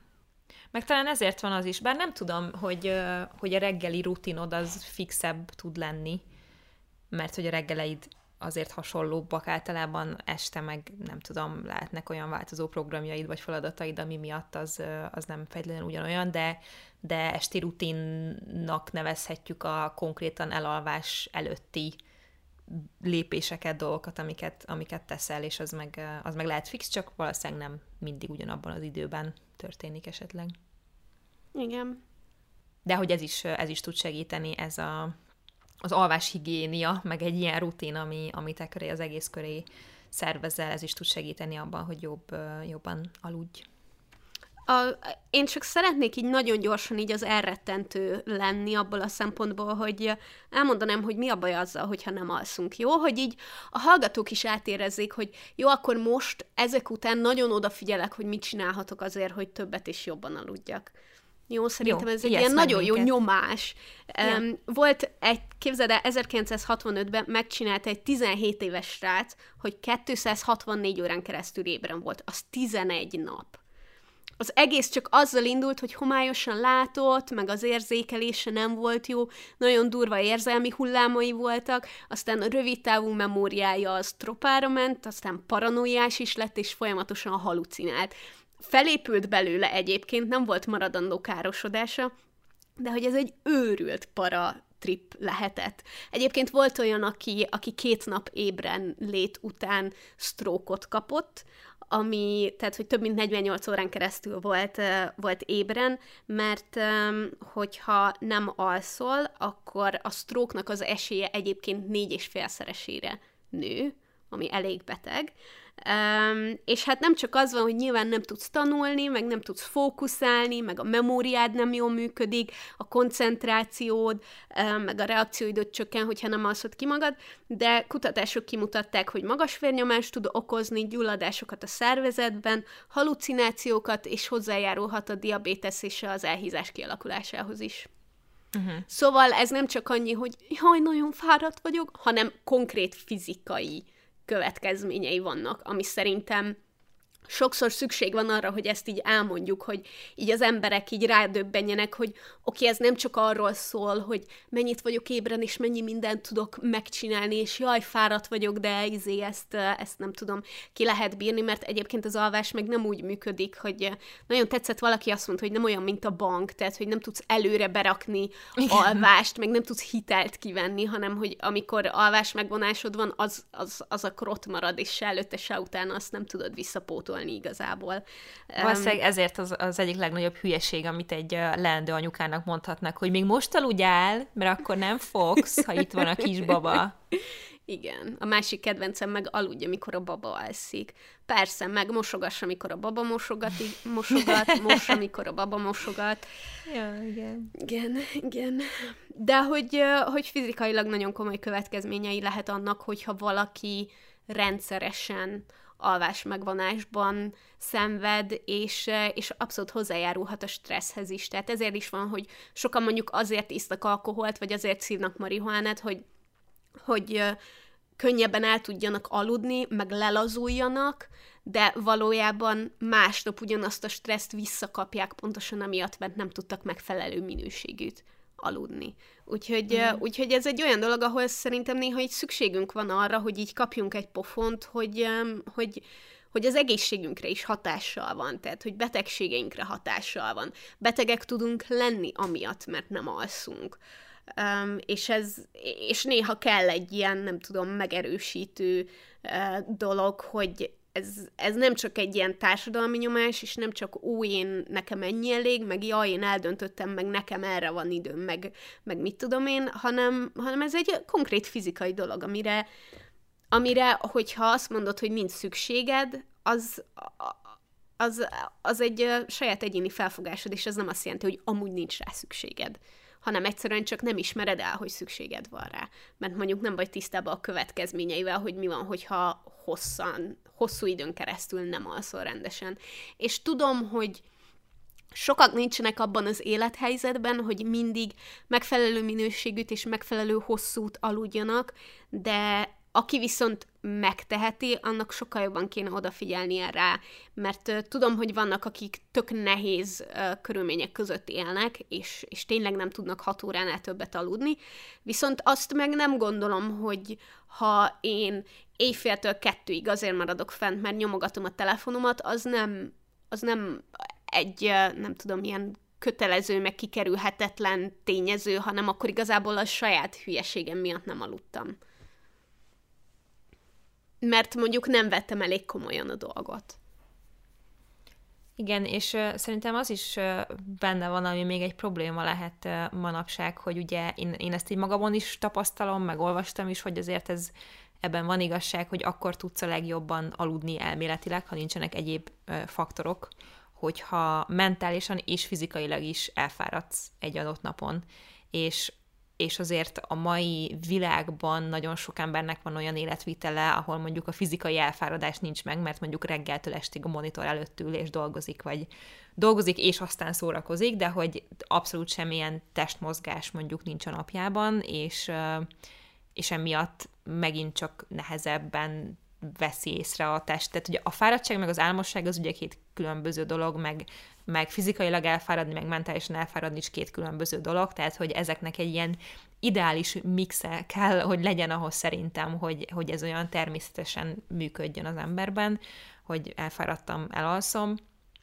Meg talán ezért van az is, bár nem tudom, hogy a reggeli rutinod az fixebb tud lenni, mert hogy a reggeleid azért hasonlóbbak általában, este meg nem tudom, lehetnek olyan változó programjaid vagy feladataid, ami miatt az nem feltétlenül ugyanolyan, de esti rutinnak nevezhetjük a konkrétan elalvás előtti lépéseket, dolgokat, amiket teszel, és az meg lehet fix, csak valószínűleg nem mindig ugyanabban az időben történik esetleg. Igen. De hogy ez is tud segíteni, ez az alváshigiénia, meg egy ilyen rutin, amit te köré, az egész köré szervezel, ez is tud segíteni abban, hogy jobban aludj. Én csak szeretnék így nagyon gyorsan így az elrettentő lenni abból a szempontból, hogy elmondanám, hogy mi a baj azzal, hogyha nem alszunk, jó? Hogy így a hallgatók is átérezzék, hogy jó, akkor most ezek után nagyon odafigyelek, hogy mit csinálhatok azért, hogy többet és jobban aludjak. Jó, szerintem ez egy ilyen nagyon jó nyomás. Volt képzeld el, 1965-ben megcsinálta egy 17 éves srác, hogy 264 órán keresztül ébren volt. Az 11 nap. Az egész csak azzal indult, hogy homályosan látott, meg az érzékelése nem volt jó, nagyon durva érzelmi hullámai voltak, aztán a rövidtávú memóriája az tropára ment, aztán paranoiás is lett, és folyamatosan halucinált. Felépült belőle egyébként, nem volt maradandó károsodása, de hogy ez egy őrült para trip lehetett. Egyébként volt olyan, aki 2 nap ébren lét után stroke-ot kapott, tehát, hogy több mint 48 órán keresztül volt ébren, mert hogyha nem alszol, akkor a stroke-nak az esélye egyébként 4,5-szeresére nő, ami elég beteg. És hát nem csak az van, hogy nyilván nem tudsz tanulni, meg nem tudsz fókuszálni, meg a memóriád nem jól működik, a koncentrációd, meg a reakcióidőd csökken, hogyha nem alszod ki magad, de kutatások kimutatták, hogy magas vérnyomást tud okozni, gyulladásokat a szervezetben, halucinációkat, és hozzájárulhat a diabétesz és az elhízás kialakulásához is. Uh-huh. Szóval ez nem csak annyi, hogy jaj, nagyon fáradt vagyok, hanem konkrét fizikai következményei vannak, ami szerintem sokszor szükség van arra, hogy ezt így elmondjuk, hogy így az emberek így rádöbbenjenek, hogy oké, ez nem csak arról szól, hogy mennyit vagyok ébren, és mennyi mindent tudok megcsinálni, és jaj, fáradt vagyok, de ezt nem tudom, ki lehet bírni, mert egyébként az alvás meg nem úgy működik, hogy nagyon tetszett, valaki azt mondta, hogy nem olyan, mint a bank, tehát, hogy nem tudsz előre berakni alvást, meg nem tudsz hitelt kivenni, hanem, hogy amikor alvás megvonásod van, az akkor ott marad, és se előtte, se utána azt nem tudod visszapótolni igazából. Valószínűleg ezért az egyik legnagyobb hülyeség, amit egy leendő anyukának mondhatnak, hogy még most aludjál, mert akkor nem fogsz, ha itt van a kisbaba. Igen. A másik kedvencem meg aludj, amikor a baba alszik. Persze, meg mosogass, amikor a baba mosogat, mos, amikor a baba mosogat. Ja, igen. Igen. De hogy fizikailag nagyon komoly következményei lehet annak, hogyha valaki rendszeresen alvás megvonásban szenved, és abszolút hozzájárulhat a stresszhez is. Tehát ezért is van, hogy sokan mondjuk azért isznak alkoholt, vagy azért szívnak marihuánát, hogy könnyebben el tudjanak aludni, meg lelazuljanak, de valójában másnap ugyanazt a stresszt visszakapják pontosan amiatt, mert nem tudtak megfelelő minőségűt aludni. Úgyhogy ez egy olyan dolog, ahol szerintem néha így szükségünk van arra, hogy így kapjunk egy pofont, hogy az egészségünkre is hatással van, tehát hogy betegségeinkre hatással van. Betegek tudunk lenni amiatt, mert nem alszunk. És néha kell egy ilyen, nem tudom, megerősítő dolog, hogy ez nem csak egy ilyen társadalmi nyomás, és nem csak nekem ennyi elég, meg jaj, én eldöntöttem, meg nekem erre van időm, meg mit tudom én, hanem ez egy konkrét fizikai dolog, amire, hogyha azt mondod, hogy nincs szükséged, az egy saját egyéni felfogásod, és ez nem azt jelenti, hogy amúgy nincs rá szükséged, hanem egyszerűen csak nem ismered el, hogy szükséged van rá. Mert mondjuk nem vagy tisztában a következményeivel, hogy mi van, hogyha hosszú időn keresztül nem alszol rendesen. És tudom, hogy sokak nincsenek abban az élethelyzetben, hogy mindig megfelelő minőségűt és megfelelő hosszút aludjanak, de aki viszont megteheti, annak sokkal jobban kéne odafigyelnie rá, mert tudom, hogy vannak, akik tök nehéz körülmények között élnek, és tényleg nem tudnak 6 óránál többet aludni, viszont azt meg nem gondolom, hogy ha én éjféltől 2-ig azért maradok fent, mert nyomogatom a telefonomat, az nem egy, nem tudom, ilyen kötelező, meg kikerülhetetlen tényező, hanem akkor igazából a saját hülyeségem miatt nem aludtam. Mert mondjuk nem vettem elég komolyan a dolgot. Igen, és szerintem az is benne van, ami még egy probléma lehet manapság, hogy ugye én ezt így magamon is tapasztalom, meg olvastam is, hogy azért ebben van igazság, hogy akkor tudsz a legjobban aludni elméletileg, ha nincsenek egyéb faktorok, hogyha mentálisan és fizikailag is elfáradsz egy adott napon. És azért a mai világban nagyon sok embernek van olyan életvitele, ahol mondjuk a fizikai elfáradás nincs meg, mert mondjuk reggeltől estig a monitor előtt ül és dolgozik, vagy dolgozik és aztán szórakozik, de hogy abszolút semmilyen testmozgás mondjuk nincs a napjában, és emiatt megint csak nehezebben veszi észre a test. Tehát ugye a fáradtság meg az álmosság az ugye 2 különböző dolog, meg fizikailag elfáradni, meg mentálisan elfáradni is 2 különböző dolog, tehát hogy ezeknek egy ilyen ideális mixe kell, hogy legyen ahhoz szerintem, hogy ez olyan természetesen működjön az emberben, hogy elfáradtam, elalszom.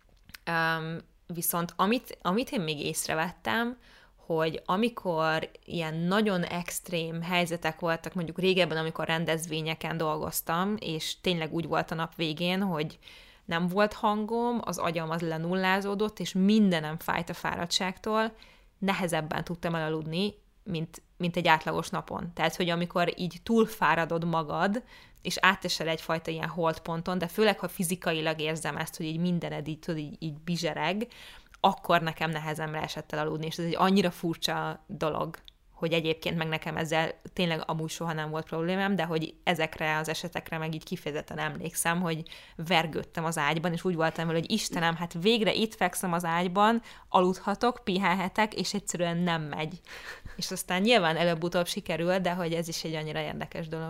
Viszont amit én még észrevettem, hogy amikor ilyen nagyon extrém helyzetek voltak, mondjuk régebben, amikor rendezvényeken dolgoztam, és tényleg úgy volt a nap végén, hogy nem volt hangom, az agyam az lenullázódott, és mindenem fájt a fáradtságtól, nehezebben tudtam elaludni, mint egy átlagos napon. Tehát, hogy amikor így túlfáradod magad, és átesel egyfajta ilyen holdponton, de főleg, ha fizikailag érzem ezt, hogy így mindened így bizsereg, akkor nekem nehezemre esett el aludni, és ez egy annyira furcsa dolog, hogy egyébként meg nekem ezzel tényleg amúgy soha nem volt problémám, de hogy ezekre az esetekre meg így kifejezetten emlékszem, hogy vergődtem az ágyban, és úgy voltam vele, hogy Istenem, hát végre itt fekszem az ágyban, aludhatok, pihenhetek, és egyszerűen nem megy. És aztán nyilván előbb-utóbb sikerül, de hogy ez is egy annyira érdekes dolog.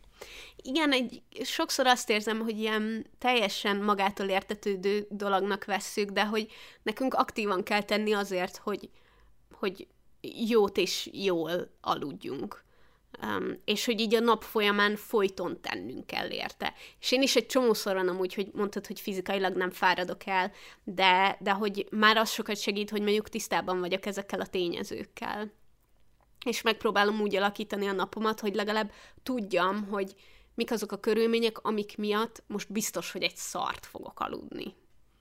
Igen, sokszor azt érzem, hogy ilyen teljesen magától értetődő dolognak vesszük, de hogy nekünk aktívan kell tenni azért, hogy jót és jól aludjunk. És hogy így a nap folyamán folyton tennünk kell érte. És én is egy csomószor van amúgy, hogy mondtad, hogy fizikailag nem fáradok el, de hogy már az sokat segít, hogy mondjuk tisztában vagyok ezekkel a tényezőkkel. És megpróbálom úgy alakítani a napomat, hogy legalább tudjam, hogy mik azok a körülmények, amik miatt most biztos, hogy egy szart fogok aludni.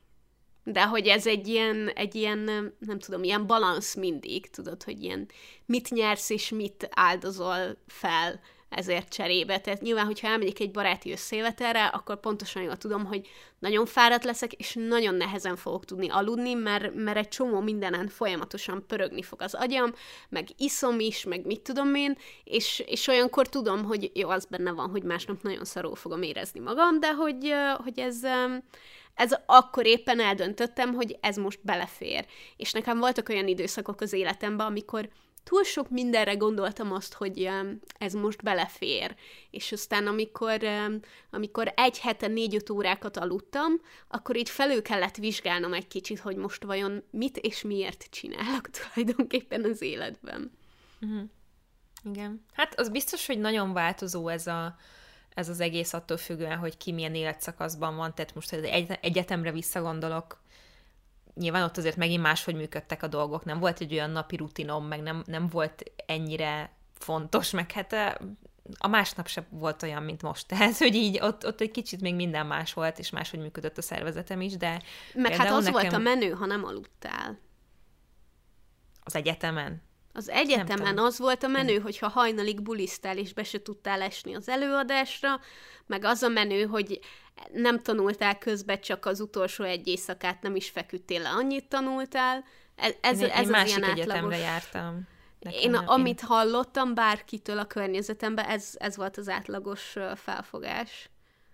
De hogy ez egy ilyen, nem tudom, ilyen balansz mindig, tudod, hogy ilyen mit nyersz és mit áldozol fel ezért cserébe. Tehát nyilván, hogyha elmegyek egy baráti összejövetelre, akkor pontosan jól tudom, hogy nagyon fáradt leszek, és nagyon nehezen fogok tudni aludni, mert egy csomó mindenen folyamatosan pörögni fog az agyam, meg iszom is, meg mit tudom én, és olyankor tudom, hogy jó, az benne van, hogy másnap nagyon szarul fogom érezni magam, de hogy ez akkor éppen eldöntöttem, hogy ez most belefér. És nekem voltak olyan időszakok az életemben, amikor túl sok mindenre gondoltam azt, hogy ez most belefér. És aztán amikor egy hete 4-5 órákat aludtam, akkor így felül kellett vizsgálnom egy kicsit, hogy most vajon mit és miért csinálok tulajdonképpen az életben. Uh-huh. Igen. Hát az biztos, hogy nagyon változó ez az egész attól függően, hogy ki milyen életszakaszban van, tehát most, hogy az egyetemre visszagondolok, nyilván ott azért megint máshogy működtek a dolgok, nem volt egy olyan napi rutinom, meg nem volt ennyire fontos, meg hát a másnap sem volt olyan, mint most. Tehát, hogy így ott egy kicsit még minden más volt, és máshogy működött a szervezetem is, de... Meg hát az volt a menő, ha nem aludtál. Az egyetemen? Az egyetemen az volt a menő, hogyha hajnalig bulisztál, és be se tudtál esni az előadásra, meg az a menő, hogy nem tanultál közben, csak az utolsó egy éjszakát nem is feküdtél le, annyit tanultál. Ez én az másik ilyen egyetemre átlagos. jártam. Amit hallottam bárkitől a környezetemben, ez volt az átlagos felfogás.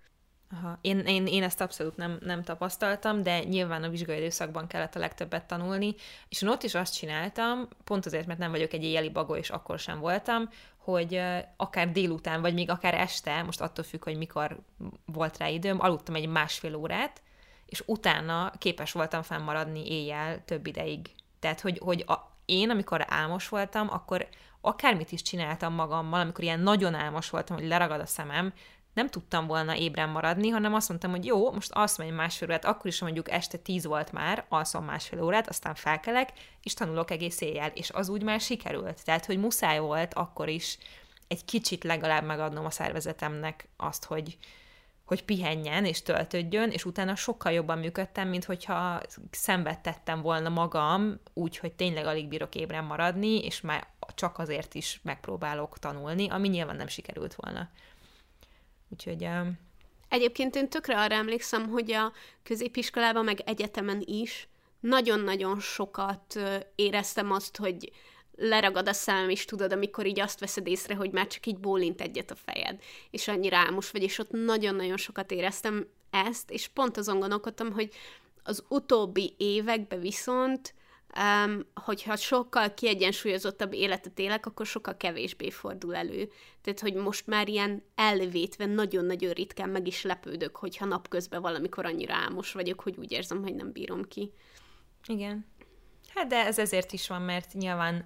Aha. Én ezt abszolút nem tapasztaltam, de nyilván a vizsgai időszakban kellett a legtöbbet tanulni, és én ott is azt csináltam, pont azért, mert nem vagyok egy éjjeli bagó, és akkor sem voltam, hogy akár délután, vagy még akár este, most attól függ, hogy mikor volt rá időm, aludtam egy 1,5 órát, és utána képes voltam fennmaradni éjjel több ideig. Tehát, hogy én, amikor álmos voltam, akkor akármit is csináltam magammal, amikor ilyen nagyon álmos voltam, hogy leragad a szemem, nem tudtam volna ébren maradni, hanem azt mondtam, hogy jó, most alszom egy 1,5 órát, akkor is mondjuk este 10 volt már, alszom 1,5 órát, aztán felkelek, és tanulok egész éjjel, és az úgy már sikerült. Tehát, hogy muszáj volt akkor is egy kicsit legalább megadnom a szervezetemnek azt, hogy pihenjen és töltődjön, és utána sokkal jobban működtem, mint hogyha szenvedtettem volna magam úgy, hogy tényleg alig bírok ébren maradni, és már csak azért is megpróbálok tanulni, ami nyilván nem sikerült volna. Úgyhogy... Egyébként én tökre arra emlékszem, hogy a középiskolában, meg egyetemen is nagyon-nagyon sokat éreztem azt, hogy leragad a szemem, és tudod, amikor így azt veszed észre, hogy már csak így bólint egyet a fejed, és annyira álmos vagy, és ott nagyon-nagyon sokat éreztem ezt, és pont azon gondolkodtam, hogy az utóbbi években viszont, hogyha sokkal kiegyensúlyozottabb életet élek, akkor sokkal kevésbé fordul elő. Tehát, hogy most már ilyen elvétve nagyon-nagyon ritkán meg is lepődök, hogyha napközben valamikor annyira álmos vagyok, hogy úgy érzem, hogy nem bírom ki. Igen. Hát de ez ezért is van, mert nyilván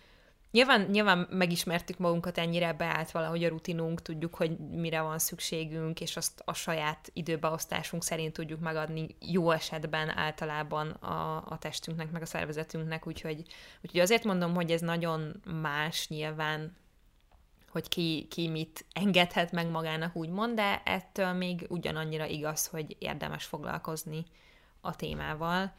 megismertük magunkat, ennyire beállt valahogy a rutinunk, tudjuk, hogy mire van szükségünk, és azt a saját időbeosztásunk szerint tudjuk megadni jó esetben általában a testünknek, meg a szervezetünknek, úgyhogy azért mondom, hogy ez nagyon más nyilván, hogy ki mit engedhet meg magának úgymond, de ettől még ugyanannyira igaz, hogy érdemes foglalkozni a témával.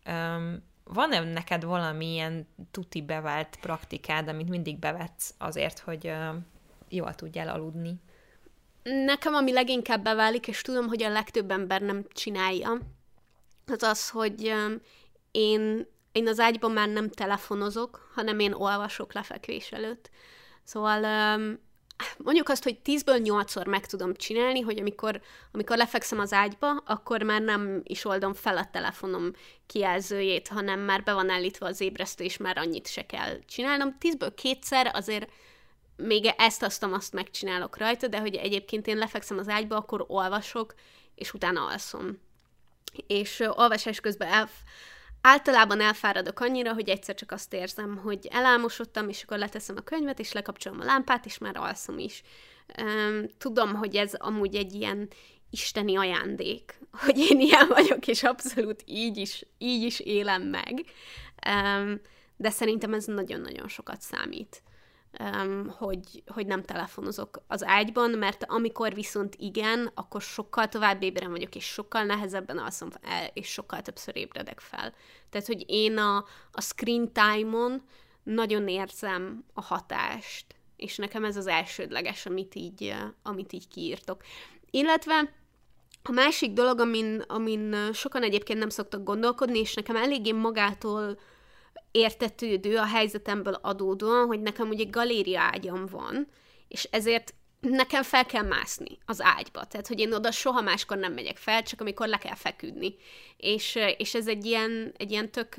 Van-e neked valamilyen tuti bevált praktikád, amit mindig bevetsz azért, hogy jól tudjál aludni? Nekem ami leginkább beválik, és tudom, hogy a legtöbb ember nem csinálja, az az, hogy én az ágyban már nem telefonozok, hanem én olvasok lefekvés előtt. Szóval mondjuk azt, hogy 10-ből 8-szor meg tudom csinálni, hogy amikor lefekszem az ágyba, akkor már nem is oldom fel a telefonom kijelzőjét, hanem már be van állítva az ébresztő, és már annyit se kell csinálnom. 10-ből 2-szer azért még azt megcsinálok rajta, de hogy egyébként én lefekszem az ágyba, akkor olvasok, és utána alszom. És olvasás közben általában elfáradok annyira, hogy egyszer csak azt érzem, hogy elálmosodtam, és akkor leteszem a könyvet, és lekapcsolom a lámpát, és már alszom is. Tudom, hogy ez amúgy egy ilyen isteni ajándék, hogy én ilyen vagyok, és abszolút így is élem meg. De szerintem ez nagyon-nagyon sokat számít, hogy nem telefonozok az ágyban, mert amikor viszont igen, akkor sokkal tovább ébren vagyok, és sokkal nehezebben alszom el, és sokkal többször ébredek fel. Tehát, hogy én a screen time-on nagyon érzem a hatást, és nekem ez az elsődleges, amit így kiírtok. Illetve a másik dolog, amin sokan egyébként nem szoktak gondolkodni, és nekem eléggé magától értetődő a helyzetemből adódóan, hogy nekem ugye galéria ágyam van, és ezért nekem fel kell mászni az ágyba. Tehát, hogy én oda soha máskor nem megyek fel, csak amikor le kell feküdni. És ez egy ilyen tök,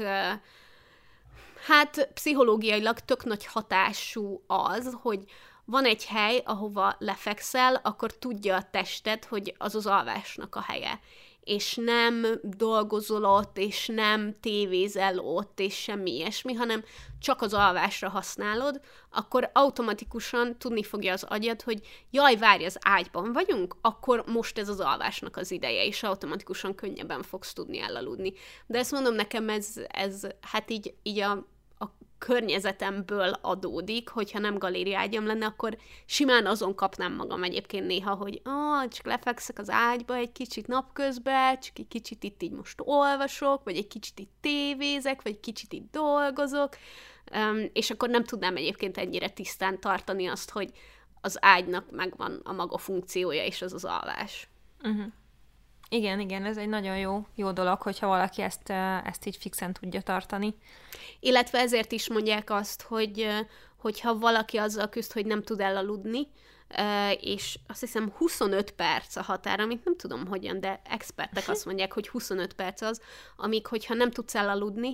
pszichológiailag tök nagy hatású az, hogy van egy hely, ahova lefekszel, akkor tudja a tested, hogy az az alvásnak a helye. És nem dolgozol ott, és nem tévézel ott, és semmi ilyesmi, hanem csak az alvásra használod, akkor automatikusan tudni fogja az agyad, hogy jaj, várj, az ágyban vagyunk, akkor most ez az alvásnak az ideje, és automatikusan könnyebben fogsz tudni elaludni. De ezt mondom, nekem ez hát így a környezetemből adódik, hogyha nem galériaágyam lenne, akkor simán azon kapnám magam egyébként néha, hogy csak lefekszek az ágyba egy kicsit napközben, csak egy kicsit itt így most olvasok, vagy egy kicsit itt tévézek, vagy egy kicsit itt dolgozok, és akkor nem tudnám egyébként ennyire tisztán tartani azt, hogy az ágynak megvan a maga funkciója, és az az alvás. Uh-huh. Igen, ez egy nagyon jó dolog, hogyha valaki ezt így fixen tudja tartani. Illetve ezért is mondják azt, hogyha valaki azzal küzd, hogy nem tud elaludni, és azt hiszem 25 perc a határ, amit nem tudom hogyan, de expertek azt mondják, hogy 25 perc az, amíg, hogyha nem tudsz elaludni,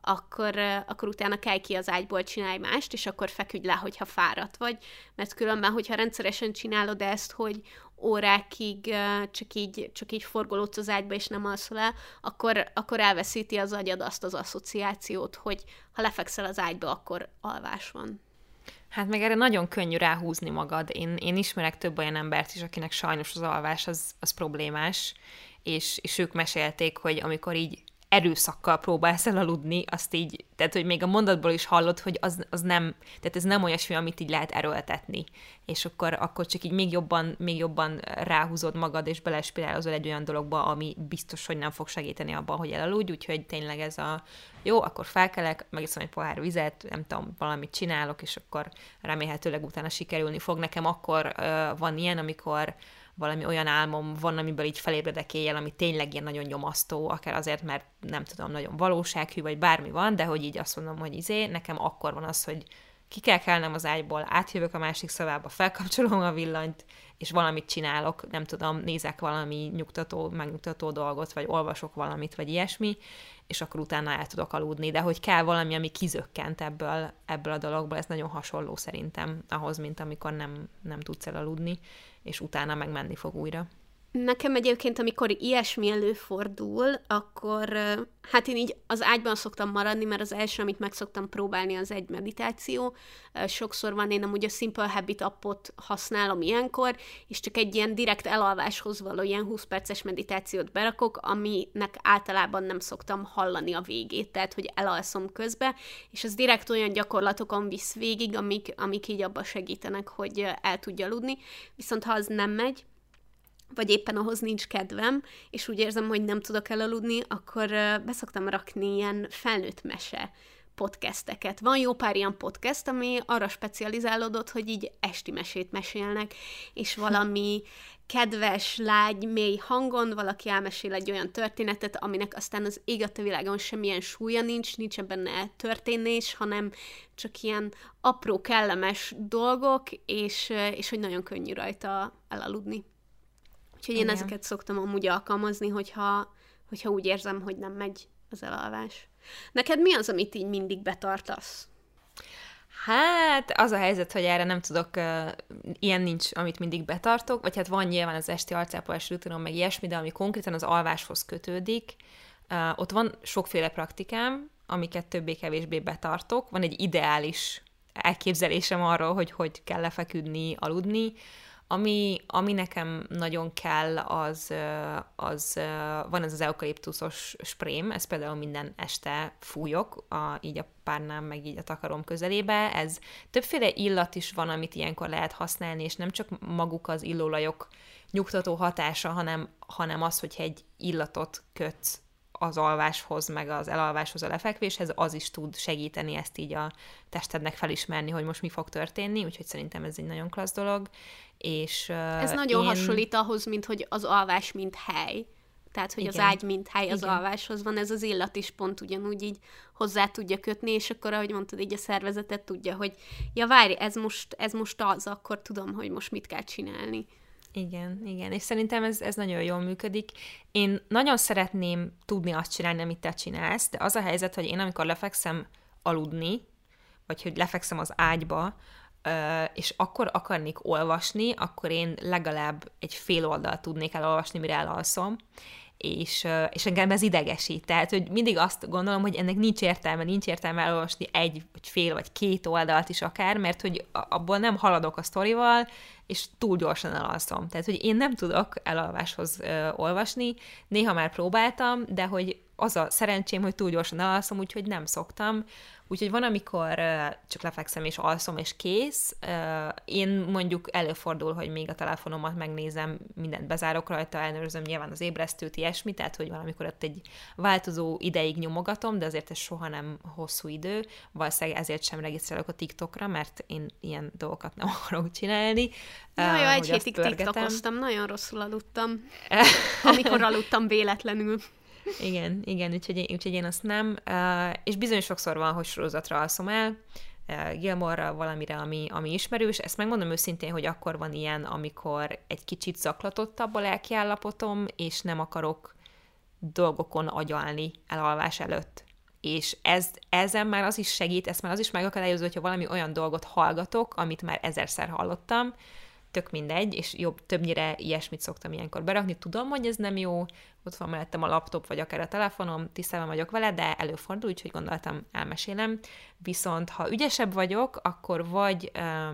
akkor utána kelj ki az ágyból, csinálj mást, és akkor feküdj le, hogyha fáradt vagy, mert különben, hogyha rendszeresen csinálod ezt, hogy órákig csak így forgolódsz az ágyba, és nem alszol el, akkor elveszíti az agyad azt az asszociációt, hogy ha lefekszel az ágyba, akkor alvás van. Hát meg erre nagyon könnyű ráhúzni magad. Én ismerek több olyan embert is, akinek sajnos az alvás az problémás, és ők mesélték, hogy amikor így erőszakkal próbálsz elaludni, azt így, tehát, hogy még a mondatból is hallod, hogy az nem, tehát ez nem olyasmi, amit így lehet erőltetni. És akkor csak így még jobban ráhúzod magad, és belespirálozol egy olyan dologba, ami biztos, hogy nem fog segíteni abban, hogy elaludj, úgyhogy tényleg ez jó, akkor felkelek, megiszom egy pohár vizet, nem tudom, valamit csinálok, és akkor remélhetőleg utána sikerülni fog. Nekem akkor van ilyen, amikor valami olyan álmom van, amiből így felébredek éjjel, ami tényleg ilyen nagyon nyomasztó, akár azért, mert nem tudom, nagyon valósághű, vagy bármi van, de hogy így azt mondom, hogy nekem akkor van az, hogy ki kell kelnem az ágyból, átjövök a másik szobába, felkapcsolom a villanyt, és valamit csinálok, nem tudom, nézek valami megnyugtató dolgot, vagy olvasok valamit, vagy ilyesmi, és akkor utána el tudok aludni. De hogy kell valami, ami kizökkent ebből a dologból, ez nagyon hasonló szerintem ahhoz, mint amikor nem tudsz elaludni, és utána meg menni fog újra. Nekem egyébként, amikor ilyesmi előfordul, akkor hát én így az ágyban szoktam maradni, mert az első, amit meg szoktam próbálni, az egy meditáció. Sokszor van, én amúgy a Simple Habit appot használom ilyenkor, és csak egy ilyen direkt elalváshoz való ilyen 20 perces meditációt berakok, aminek általában nem szoktam hallani a végét, tehát hogy elalszom közbe, és az direkt olyan gyakorlatokon visz végig, amik így abba segítenek, hogy el tudja aludni. Viszont ha az nem megy, vagy éppen ahhoz nincs kedvem, és úgy érzem, hogy nem tudok elaludni, akkor beszoktam rakni ilyen felnőtt mese podcasteket. Van jó pár ilyen podcast, ami arra specializálódott, hogy így esti mesét mesélnek, és valami kedves, lágy, mély hangon valaki elmesél egy olyan történetet, aminek aztán az ég a világon semmilyen súlya nincs benne történés, hanem csak ilyen apró, kellemes dolgok, és hogy nagyon könnyű rajta elaludni. Úgyhogy én ezeket szoktam amúgy alkalmazni, hogyha úgy érzem, hogy nem megy az elalvás. Neked mi az, amit így mindig betartasz? Hát az a helyzet, hogy erre nem tudok, ilyen nincs, amit mindig betartok, vagy hát van nyilván az esti arcápolás rutinom, meg ilyesmi, de ami konkrétan az alváshoz kötődik, ott van sokféle praktikám, amiket többé-kevésbé betartok. Van egy ideális elképzelésem arról, hogy kell lefeküdni, aludni. Ami nekem nagyon kell, az van ez az eukaliptuszos sprém, ezt például minden este fújok, így a párnám, meg így a takarom közelébe. Ez többféle illat is van, amit ilyenkor lehet használni, és nem csak maguk az illóolajok nyugtató hatása, hanem az, hogyha egy illatot kötsz az alváshoz, meg az elalváshoz, a lefekvéshez, az is tud segíteni ezt így a testednek felismerni, hogy most mi fog történni, úgyhogy szerintem ez egy nagyon klassz dolog. És ez nagyon hasonlít ahhoz, mint hogy az alvás mint hely. Tehát, hogy igen, az ágy mint hely az alváshoz van, ez az illat is pont ugyanúgy így hozzá tudja kötni, és akkor, ahogy mondtad, így a szervezetet tudja, hogy ja, várj, ez most az, akkor tudom, hogy most mit kell csinálni. Igen, és szerintem ez nagyon jól működik. Én nagyon szeretném tudni azt csinálni, amit te csinálsz, de az a helyzet, hogy én amikor lefekszem aludni, vagy hogy lefekszem az ágyba, és akkor akarnék olvasni, akkor én legalább egy fél oldalt tudnék elolvasni, mire elalszom, és engem ez idegesít. Tehát, hogy mindig azt gondolom, hogy ennek nincs értelme elolvasni egy, vagy fél, vagy két oldalt is akár, mert hogy abból nem haladok a sztorival, és túl gyorsan elalszom. Tehát, hogy én nem tudok elalváshoz olvasni, néha már próbáltam, de hogy az a szerencsém, hogy túl gyorsan elalszom, úgyhogy nem szoktam. Úgyhogy van, amikor csak lefekszem és alszom, és kész. Én mondjuk előfordul, hogy még a telefonomat megnézem, mindent bezárok rajta, ellenőrzöm nyilván az ébresztőt, ilyesmi, tehát hogy valamikor ott egy változó ideig nyomogatom, de azért ez soha nem hosszú idő. Valószínűleg ezért sem regisztrálok a TikTokra, mert én ilyen dolgokat nem akarok csinálni. Jaj, egy hétig TikTokoztam, nagyon rosszul aludtam, amikor aludtam véletlenül. Igen, úgyhogy én azt nem, és bizonyos sokszor van, hogy sorozatra alszom el, Gilmore-ra, valamire, ami ismerős. Ezt megmondom őszintén, hogy akkor van ilyen, amikor egy kicsit zaklatottabb a lelkiállapotom, és nem akarok dolgokon agyalni elalvás előtt. És ezen már az is segít, ezt már az is megakadályozza, hogyha valami olyan dolgot hallgatok, amit már 1000-szer hallottam, tök mindegy, és jobb, többnyire ilyesmit szoktam ilyenkor berakni. Tudom, hogy ez nem jó, ott van mellettem a laptop, vagy akár a telefonom, tisztában vagyok vele, de előfordul, úgyhogy gondoltam, elmesélem. Viszont ha ügyesebb vagyok, akkor vagy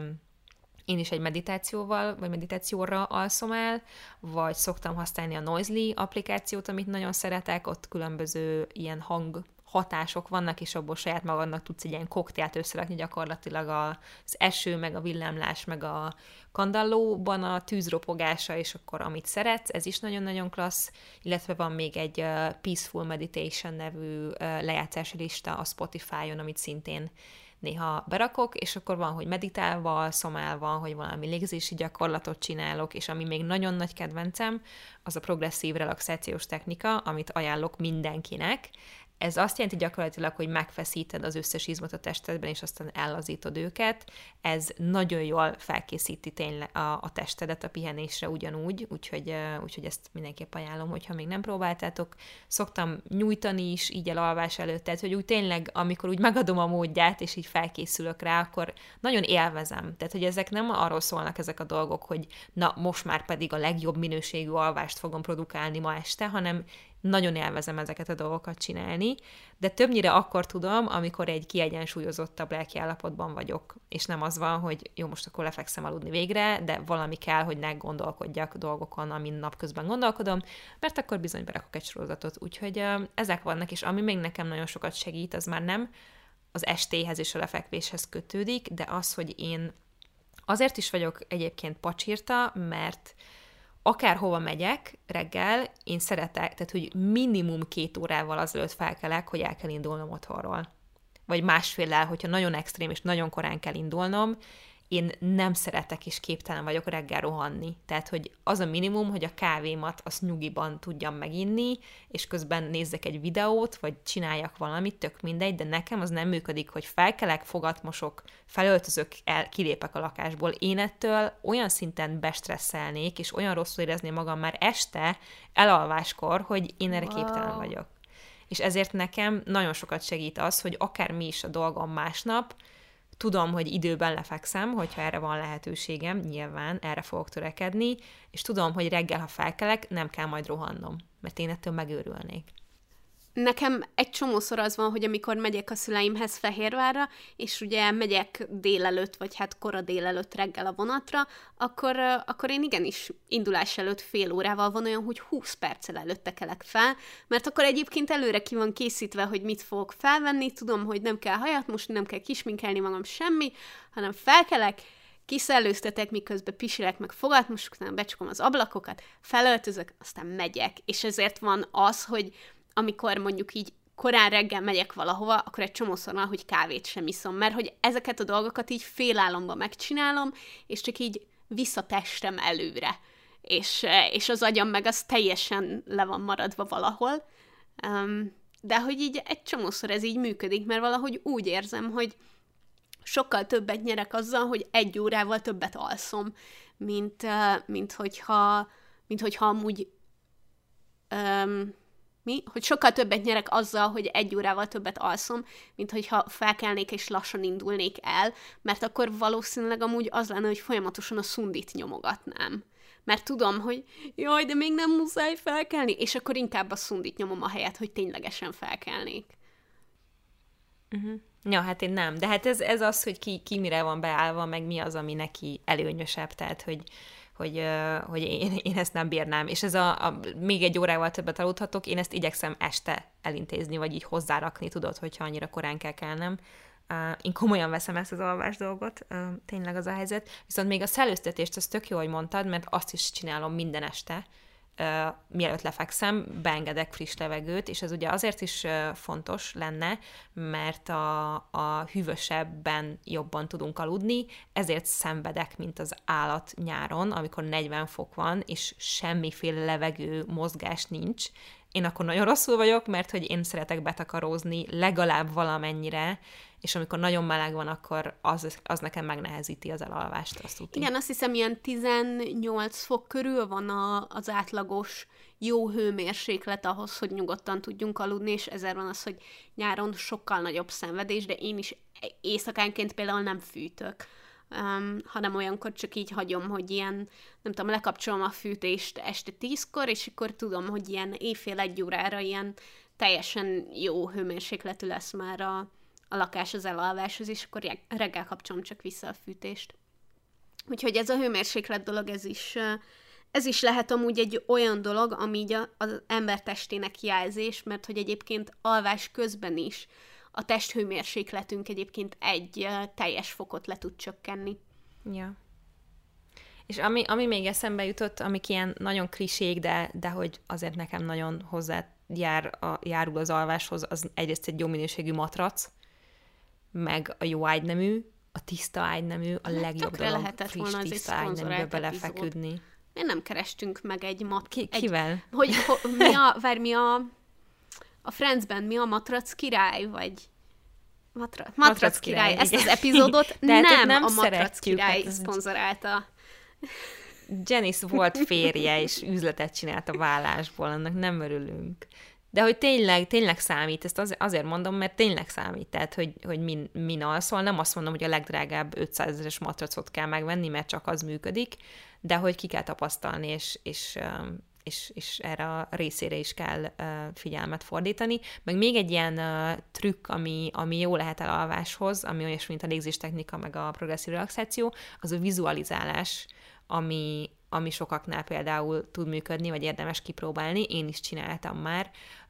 én is egy meditációval, vagy meditációra alszom el, vagy szoktam használni a Noisely applikációt, amit nagyon szeretek, ott különböző ilyen hatások vannak, és abból saját magadnak tudsz egy ilyen koktélt összerakni, gyakorlatilag az eső, meg a villámlás, meg a kandallóban a tűzropogása, és akkor amit szeretsz, ez is nagyon-nagyon klassz, illetve van még egy Peaceful Meditation nevű lejátszási lista a Spotify-on, amit szintén néha berakok, és akkor van, hogy meditálva alszom el, van, hogy valami légzési gyakorlatot csinálok, és ami még nagyon nagy kedvencem, az a progresszív relaxációs technika, amit ajánlok mindenkinek. Ez azt jelenti gyakorlatilag, hogy megfeszíted az összes izmot a testedben, és aztán ellazítod őket. Ez nagyon jól felkészíti tényleg a testedet a pihenésre ugyanúgy, úgyhogy ezt mindenképp ajánlom, hogyha még nem próbáltátok. Szoktam nyújtani is így elalvás előtt, tehát hogy úgy tényleg, amikor úgy megadom a módját, és így felkészülök rá, akkor nagyon élvezem. Tehát, hogy ezek nem arról szólnak ezek a dolgok, hogy na, most már pedig a legjobb minőségű alvást fogom produkálni ma este, hanem nagyon élvezem ezeket a dolgokat csinálni, de többnyire akkor tudom, amikor egy kiegyensúlyozottabb lelkiállapotban vagyok, és nem az van, hogy jó, most akkor lefekszem aludni végre, de valami kell, hogy ne gondolkodjak dolgokon, amin napközben gondolkodom, mert akkor bizony berakok egy sorozatot. Úgyhogy ezek vannak, és ami még nekem nagyon sokat segít, az már nem az estéhez és a lefekvéshez kötődik, de az, hogy én azért is vagyok egyébként pacsirta, mert akárhova megyek reggel, én szeretek, tehát hogy minimum 2 órával azelőtt felkelek, hogy el kell indulnom otthonról. Vagy másféllel, hogyha nagyon extrém és nagyon korán kell indulnom, én nem szeretek és képtelen vagyok reggel rohanni. Tehát, hogy az a minimum, hogy a kávémat azt nyugiban tudjam meginni, és közben nézzek egy videót, vagy csináljak valamit, tök mindegy, de nekem az nem működik, hogy felkelek, fogat mosok, felöltözök, kilépek a lakásból. Én ettől olyan szinten bestresszelnék, és olyan rosszul érezném magam már este, elalváskor, hogy én erre képtelen vagyok. És ezért nekem nagyon sokat segít az, hogy akármi is a dolgom másnap, tudom, hogy időben lefekszem, hogyha erre van lehetőségem, nyilván erre fogok törekedni, és tudom, hogy reggel, ha felkelek, nem kell majd rohannom, mert én ettől megőrülnék. Nekem egy csomószor az van, hogy amikor megyek a szüleimhez Fehérvárra, és ugye megyek délelőtt, vagy hát kora délelőtt reggel a vonatra, akkor én igenis indulás előtt fél órával van olyan, hogy 20 perccel előtte kelek fel, mert akkor egyébként előre ki van készítve, hogy mit fogok felvenni, tudom, hogy nem kell hajat mosni, nem kell kisminkelni magam semmi, hanem felkelek, kiszellőztetek, miközben pisilek, meg fogatmosok, utána becsukom az ablakokat, felöltözök, aztán megyek. És ezért van az, hogy amikor mondjuk így korán reggel megyek valahova, akkor egy csomószor van, hogy kávét sem iszom, mert hogy ezeket a dolgokat így félálomban megcsinálom, és csak így visszatestem előre. És az agyam meg az teljesen le van maradva valahol. De hogy így egy csomószor ez így működik, mert valahogy úgy érzem, hogy sokkal többet nyerek azzal, hogy 1 órával többet alszom, mint hogyha amúgy... Hogy sokkal többet nyerek azzal, hogy 1 órával többet alszom, mint hogyha felkelnék és lassan indulnék el, mert akkor valószínűleg amúgy az lenne, hogy folyamatosan a szundit nyomogatnám. Mert tudom, hogy jaj, de még nem muszáj felkelni, és akkor inkább a szundit nyomom a helyet, hogy ténylegesen felkelnék. Uh-huh. Ja, hát én nem. De hát ez az, hogy ki mire van beállva, meg mi az, ami neki előnyösebb, tehát, hogy én ezt nem bírnám. És ez még 1 órával többet aludhatok, én ezt igyekszem este elintézni, vagy így hozzárakni, tudod, hogyha annyira korán kell kelnem. Én komolyan veszem ezt az alvás dolgot, tényleg az a helyzet. Viszont még a szellőztetést, az tök jó, hogy mondtad, mert azt is csinálom minden este, mielőtt lefekszem, beengedek friss levegőt, és ez ugye azért is fontos lenne, mert a hűvösebben jobban tudunk aludni, ezért szenvedek, mint az állat nyáron, amikor 40 fok van, és semmiféle levegő mozgás nincs. én akkor nagyon rosszul vagyok, mert hogy én szeretek betakarózni legalább valamennyire, és amikor nagyon meleg van, akkor az nekem megnehezíti az elalvást. Azt igen, azt hiszem, ilyen 18 fok körül van az átlagos jó hőmérséklet ahhoz, hogy nyugodtan tudjunk aludni, és ezért van az, hogy nyáron sokkal nagyobb szenvedés, de én is éjszakánként például nem fűtök, hanem olyankor csak így hagyom, hogy ilyen, nem tudom, lekapcsolom a fűtést este 10-kor, és akkor tudom, hogy ilyen éjfél 1 órára ilyen teljesen jó hőmérsékletű lesz már a lakás az elalváshoz, és akkor reggel kapcsolom csak vissza a fűtést. Úgyhogy ez a hőmérséklet dolog, ez is lehet amúgy egy olyan dolog, ami így az ember testének jelzés, mert hogy egyébként alvás közben is a testhőmérsékletünk egyébként 1 teljes fokot le tud csökkenni. Ja. És ami még eszembe jutott, amik ilyen nagyon klisék, de hogy azért nekem nagyon járul az alváshoz, az egyrészt egy jó minőségű matrac, meg a jó ágynemű, a tiszta ágynemű, a legjobb dolog, friss, tiszta ágyneműbe belefeküdni. Miért nem kerestünk meg egy Kivel? Mi a Friendsben mi a matrac király, vagy matrac király. Ezt az epizódot nem a matrac király szponzorálta. Janice volt férje, és üzletet csinált a vállásból, annak nem örülünk. De hogy tényleg számít, ezt azért mondom, mert tényleg számít, tehát hogy min alszol, nem azt mondom, hogy a legdrágább 500 000-es matracot kell megvenni, mert csak az működik, de hogy ki kell tapasztalni, és erre a részére is kell figyelmet fordítani. Meg még egy ilyen trükk, ami jó lehet elalváshoz, ami olyasmi, mint a légzéstechnika, meg a progresszív relaxáció, az a vizualizálás, ami sokaknál például tud működni, vagy érdemes kipróbálni. Én is csináltam már,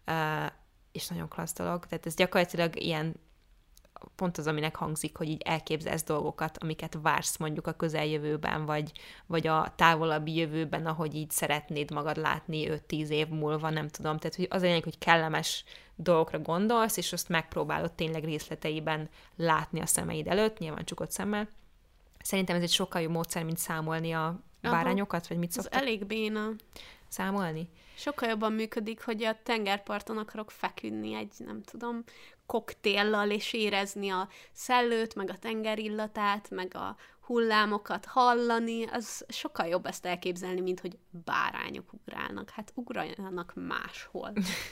és nagyon klassz dolog. Tehát ez gyakorlatilag ilyen pont az, aminek hangzik, hogy így elképzelsz dolgokat, amiket vársz mondjuk a közeljövőben, vagy a távolabbi jövőben, ahogy így szeretnéd magad látni 5-10 év múlva, nem tudom. Tehát hogy az a lényeg, hogy kellemes dolgokra gondolsz, és azt megpróbálod tényleg részleteiben látni a szemeid előtt, nyilván csukott szemmel. Szerintem ez egy sokkal jobb módszer, mint számolni a bárányokat, vagy mit szoktak? Ez elég béna. Számolni? Sokkal jobban működik, hogy a tengerparton akarok feküdni egy, nem tudom, koktéllal, és érezni a szellőt, meg a tenger illatát, meg a hullámokat hallani. Az sokkal jobb ezt elképzelni, mint hogy bárányok ugrálnak. Hát ugrálnak máshol.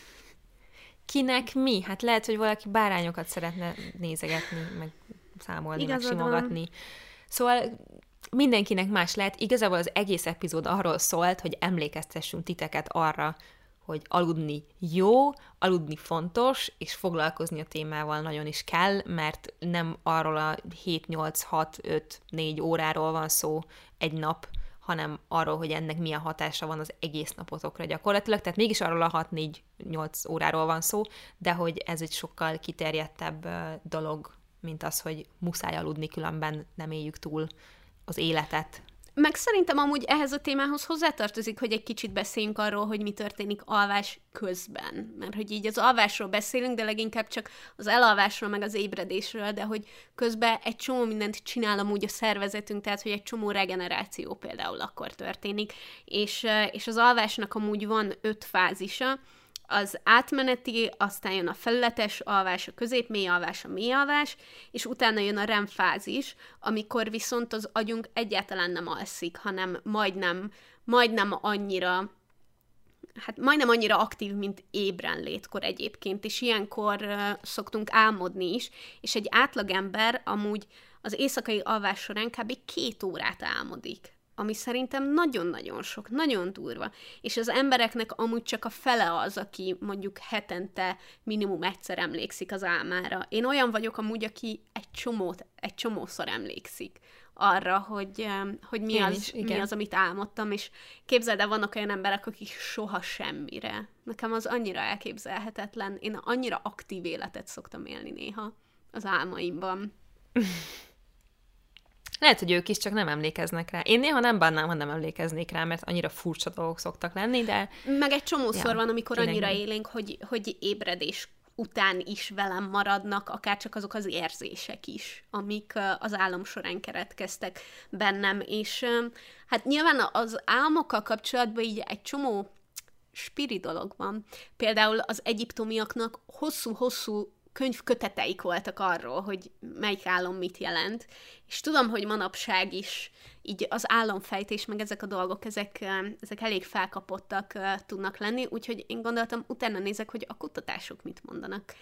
Kinek mi? Hát lehet, hogy valaki bárányokat szeretne nézegetni, meg számolni, igazad meg simogatni. Van. Szóval mindenkinek más lehet. Igazából az egész epizód arról szólt, hogy emlékeztessünk titeket arra, hogy aludni jó, aludni fontos, és foglalkozni a témával nagyon is kell, mert nem arról a 7-8-6-5-4 óráról van szó egy nap, hanem arról, hogy ennek milyen hatása van az egész napotokra gyakorlatilag. Tehát mégis arról a 6-4-8 óráról van szó, de hogy ez egy sokkal kiterjedtebb dolog, mint az, hogy muszáj aludni, különben nem éljük túl az életet. Meg szerintem amúgy ehhez a témához hozzátartozik, hogy egy kicsit beszéljünk arról, hogy mi történik alvás közben. Mert hogy így az alvásról beszélünk, de leginkább csak az elalvásról, meg az ébredésről, de hogy közben egy csomó mindent csinál amúgy a szervezetünk, tehát hogy egy csomó regeneráció például akkor történik. És az alvásnak amúgy van 5 fázisa, az átmeneti, aztán jön a felületes alvás, a középmély alvás, a mély alvás, és utána jön a REM fázis, amikor viszont az agyunk egyáltalán nem alszik, hanem majdnem annyira aktív, mint ébrenlétkor egyébként, és ilyenkor szoktunk álmodni is, és egy átlagember amúgy az éjszakai alvás során kb. 2 órát álmodik, ami szerintem nagyon-nagyon sok, nagyon durva. És az embereknek amúgy csak a fele az, aki mondjuk hetente minimum egyszer emlékszik az álmára. Én olyan vagyok amúgy, aki egy csomószor emlékszik arra, hogy mi az, amit álmodtam, és képzeld el, vannak olyan emberek, akik soha semmire. Nekem az annyira elképzelhetetlen. Én annyira aktív életet szoktam élni néha az álmaimban. Lehet, hogy ők is csak nem emlékeznek rá. Én néha nem bánnám, ha nem emlékeznék rá, mert annyira furcsa dolgok szoktak lenni, de... Meg egy csomószor van, amikor annyira élénk, hogy ébredés után is velem maradnak, akár csak azok az érzések is, amik az álom során keretkeztek bennem, és hát nyilván az álmokkal kapcsolatban így egy csomó spiri dolog van. Például az egyiptomiaknak hosszú-hosszú könyvköteteik voltak arról, hogy melyik álom mit jelent. És tudom, hogy manapság is így az álomfejtés, meg ezek a dolgok, ezek elég felkapottak tudnak lenni, úgyhogy én gondoltam, utána nézek, hogy a kutatások mit mondanak.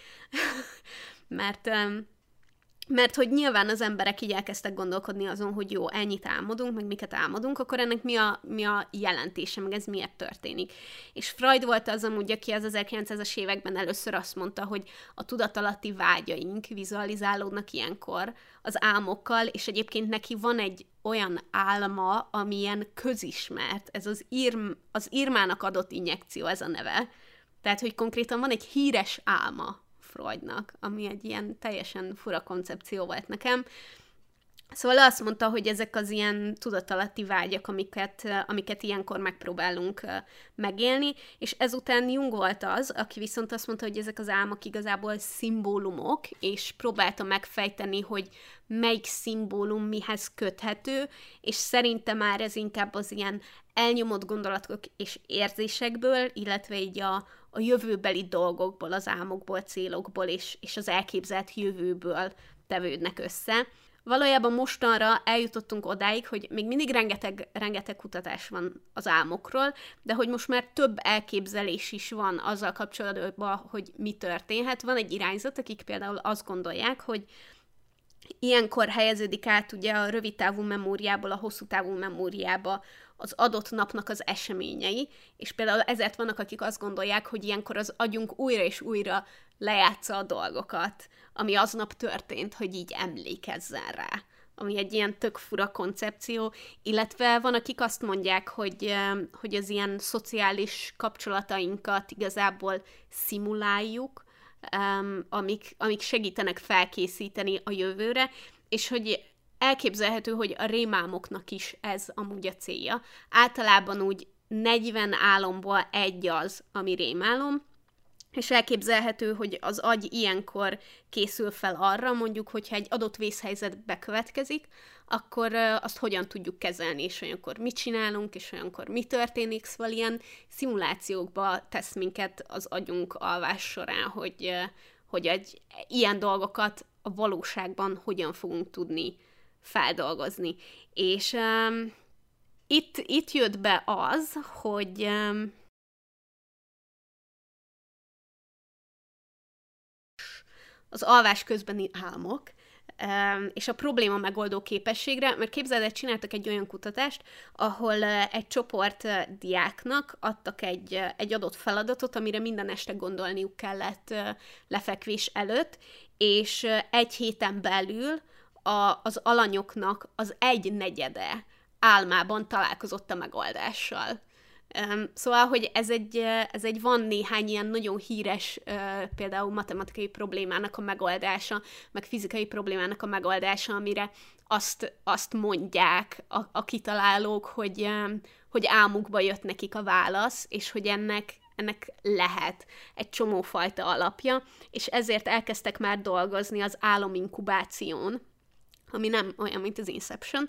Mert hogy nyilván az emberek így elkezdtek gondolkodni azon, hogy jó, ennyit álmodunk, meg miket álmodunk, akkor ennek mi a jelentése, meg ez miért történik. És Freud volt az amúgy, aki az 1900-as években először azt mondta, hogy a tudatalatti vágyaink vizualizálódnak ilyenkor az álmokkal, és egyébként neki van egy olyan álma, ami ilyen közismert, ez az Irmának adott injekció, ez a neve. Tehát, hogy konkrétan van egy híres álma Freudnak, ami egy ilyen teljesen fura koncepció volt nekem. Szóval azt mondta, hogy ezek az ilyen tudatalatti vágyak, amiket ilyenkor megpróbálunk megélni, és ezután Jung volt az, aki viszont azt mondta, hogy ezek az álmok igazából szimbólumok, és próbálta megfejteni, hogy melyik szimbólum mihez köthető, és szerintem már ez inkább az ilyen elnyomott gondolatok és érzésekből, illetve így a jövőbeli dolgokból, az álmokból, célokból és az elképzelt jövőből tevődnek össze. Valójában mostanra eljutottunk odáig, hogy még mindig rengeteg kutatás van az álmokról, de hogy most már több elképzelés is van azzal kapcsolatban, hogy mi történhet. Van egy irányzat, akik például azt gondolják, hogy ilyenkor helyeződik át ugye a rövidtávú memóriából a hosszútávú memóriába az adott napnak az eseményei, és például ezért vannak, akik azt gondolják, hogy ilyenkor az agyunk újra és újra lejátsza a dolgokat, ami aznap történt, hogy így emlékezzen rá. Ami egy ilyen tök fura koncepció, illetve van, akik azt mondják, hogy az ilyen szociális kapcsolatainkat igazából szimuláljuk, amik segítenek felkészíteni a jövőre, és hogy elképzelhető, hogy a rémálmoknak is ez amúgy a célja. Általában úgy 40 álomból egy az, ami rémálom, és elképzelhető, hogy az agy ilyenkor készül fel arra, mondjuk, hogyha egy adott vészhelyzet bekövetkezik, akkor azt hogyan tudjuk kezelni, és olyankor mit csinálunk, és olyankor mi történik, szóval ilyen szimulációkba tesz minket az agyunk alvás során, hogy ilyen dolgokat a valóságban hogyan fogunk tudni feldolgozni. És itt jött be az, hogy az alvás közbeni álmok, és a probléma megoldó képességre, mert képzeld el, csináltak egy olyan kutatást, ahol egy csoport diáknak adtak egy adott feladatot, amire minden este gondolniuk kellett lefekvés előtt, és egy héten belül az alanyoknak az 1/4 álmában találkozott a megoldással. Szóval, hogy ez egy van néhány ilyen nagyon híres például matematikai problémának a megoldása, meg fizikai problémának a megoldása, amire azt mondják a kitalálók, hogy álmukba jött nekik a válasz, és hogy ennek lehet egy csomófajta alapja, és ezért elkezdtek már dolgozni az álominkubáción, ami nem olyan, mint az Inception,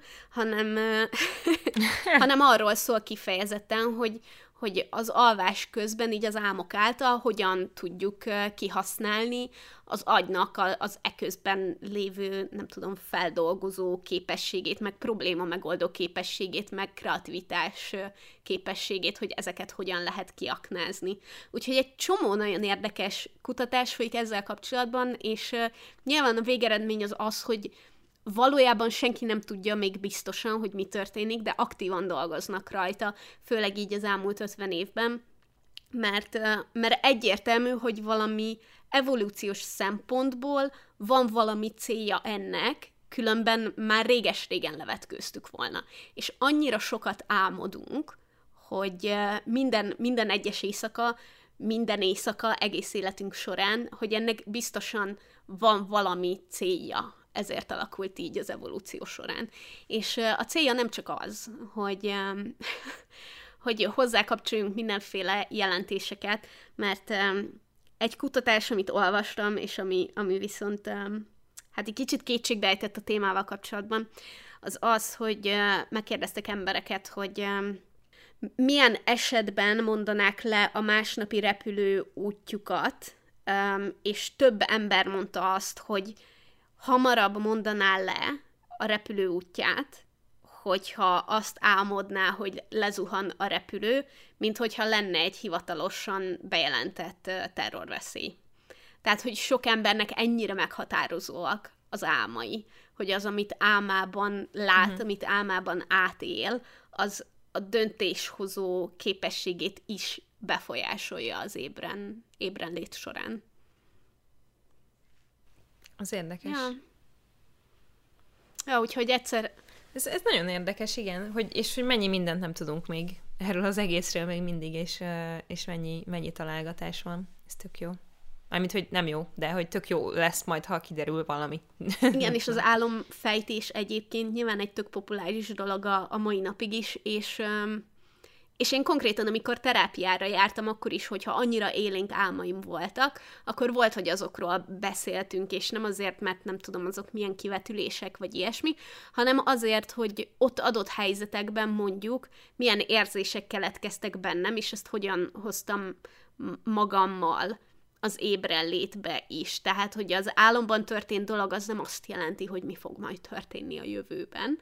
hanem arról szól kifejezetten, hogy az alvás közben így az álmok által hogyan tudjuk kihasználni az agynak az eközben lévő, nem tudom, feldolgozó képességét, meg probléma megoldó képességét, meg kreativitás képességét, hogy ezeket hogyan lehet kiaknázni. Úgyhogy egy csomó nagyon érdekes kutatás folyik ezzel kapcsolatban, és nyilván a végeredmény az, hogy valójában senki nem tudja még biztosan, hogy mi történik, de aktívan dolgoznak rajta, főleg így az elmúlt 50 évben, mert egyértelmű, hogy valami evolúciós szempontból van valami célja ennek, különben már réges-régen levetkőztük volna. És annyira sokat álmodunk, hogy minden egyes éjszaka, minden éjszaka egész életünk során, hogy ennek biztosan van valami célja. Ezért alakult így az evolúció során. És a célja nem csak az, hogy hozzákapcsoljunk mindenféle jelentéseket, mert egy kutatás, amit olvastam, és ami viszont hát egy kicsit kétségbe ejtett a témával kapcsolatban, az, hogy megkérdeztek embereket, hogy milyen esetben mondanák le a másnapi repülő útjukat, és több ember mondta azt, hogy hamarabb mondaná le a repülő útját, hogyha azt álmodná, hogy lezuhan a repülő, mint hogyha lenne egy hivatalosan bejelentett terrorveszély. Tehát, hogy sok embernek ennyire meghatározóak az álmai, hogy az, amit álmában lát, amit álmában átél, az a döntéshozó képességét is befolyásolja az ébrenlét során. Az érdekes. Ja, úgyhogy egyszer... Ez nagyon érdekes, igen, és hogy mennyi mindent nem tudunk még erről az egészről még mindig, és mennyi találgatás van. Ez tök jó. Mármint, hogy nem jó, de hogy tök jó lesz majd, ha kiderül valami. Igen, és az álomfejtés egyébként nyilván egy tök populáris dolog a mai napig is, és én konkrétan, amikor terápiára jártam, akkor is, hogyha annyira élénk álmaim voltak, akkor volt, hogy azokról beszéltünk, és nem azért, mert nem tudom, azok milyen kivetülések, vagy ilyesmi, hanem azért, hogy ott adott helyzetekben mondjuk milyen érzések keletkeztek bennem, és ezt hogyan hoztam magammal az ébrenlétbe is. Tehát, hogy az álomban történt dolog az nem azt jelenti, hogy mi fog majd történni a jövőben,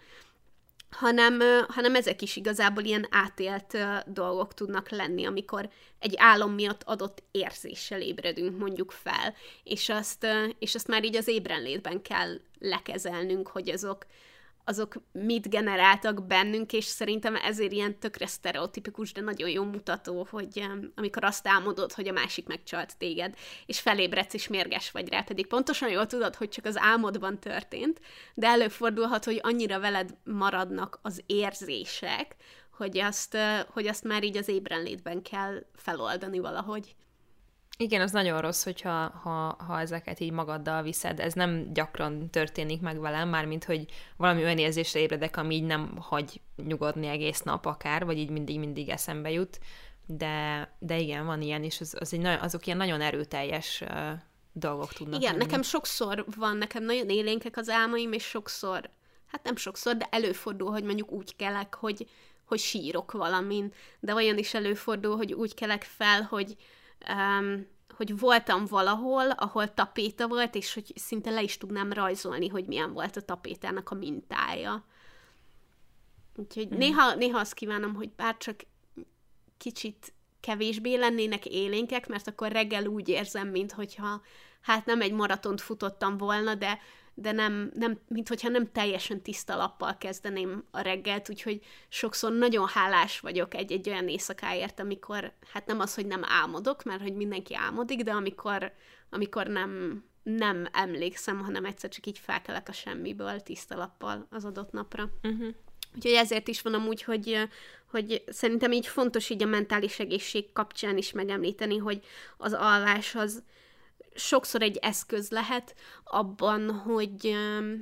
hanem ezek is igazából ilyen átélt dolgok tudnak lenni, amikor egy álom miatt adott érzéssel ébredünk mondjuk fel, és azt már így az ébrenlétben kell lekezelnünk, hogy azok mit generáltak bennünk, és szerintem ezért ilyen tökre sztereotipikus, de nagyon jó mutató, hogy amikor azt álmodod, hogy a másik megcsalt téged, és felébredsz, és mérges vagy rá, pedig pontosan jól tudod, hogy csak az álmodban történt, de előfordulhat, hogy annyira veled maradnak az érzések, hogy azt már így az ébrenlétben kell feloldani valahogy. Igen, az nagyon rossz, ha ezeket így magaddal viszed. Ez nem gyakran történik meg velem, mármint, hogy valami olyan érzésre ébredek, ami így nem hagy nyugodni egész nap akár, vagy így mindig eszembe jut. De igen, van ilyen, és azok ilyen nagyon erőteljes dolgok tudnak Igen, lenni. nekem sokszor van, nekem nagyon élénkek az álmaim, és sokszor, hát nem sokszor, de előfordul, hogy mondjuk úgy kelek, hogy sírok valamin, de olyan is előfordul, hogy úgy kelek fel, hogy voltam valahol, ahol tapéta volt, és hogy szinte le is tudnám rajzolni, hogy milyen volt a tapétának a mintája. Úgyhogy néha azt kívánom, hogy bárcsak kicsit kevésbé lennének élénkek, mert akkor reggel úgy érzem, minthogyha hát nem egy maratont futottam volna, de nem, minthogyha nem teljesen tiszta lappal kezdeném a reggelt, úgyhogy sokszor nagyon hálás vagyok egy olyan éjszakáért, amikor, hát nem az, hogy nem álmodok, mert hogy mindenki álmodik, de amikor nem emlékszem, hanem egyszer csak így felkelek a semmiből tiszta lappal az adott napra. Úgyhogy ezért is van amúgy, hogy szerintem így fontos így a mentális egészség kapcsán is megemlíteni, hogy az alvás az sokszor egy eszköz lehet abban, hogy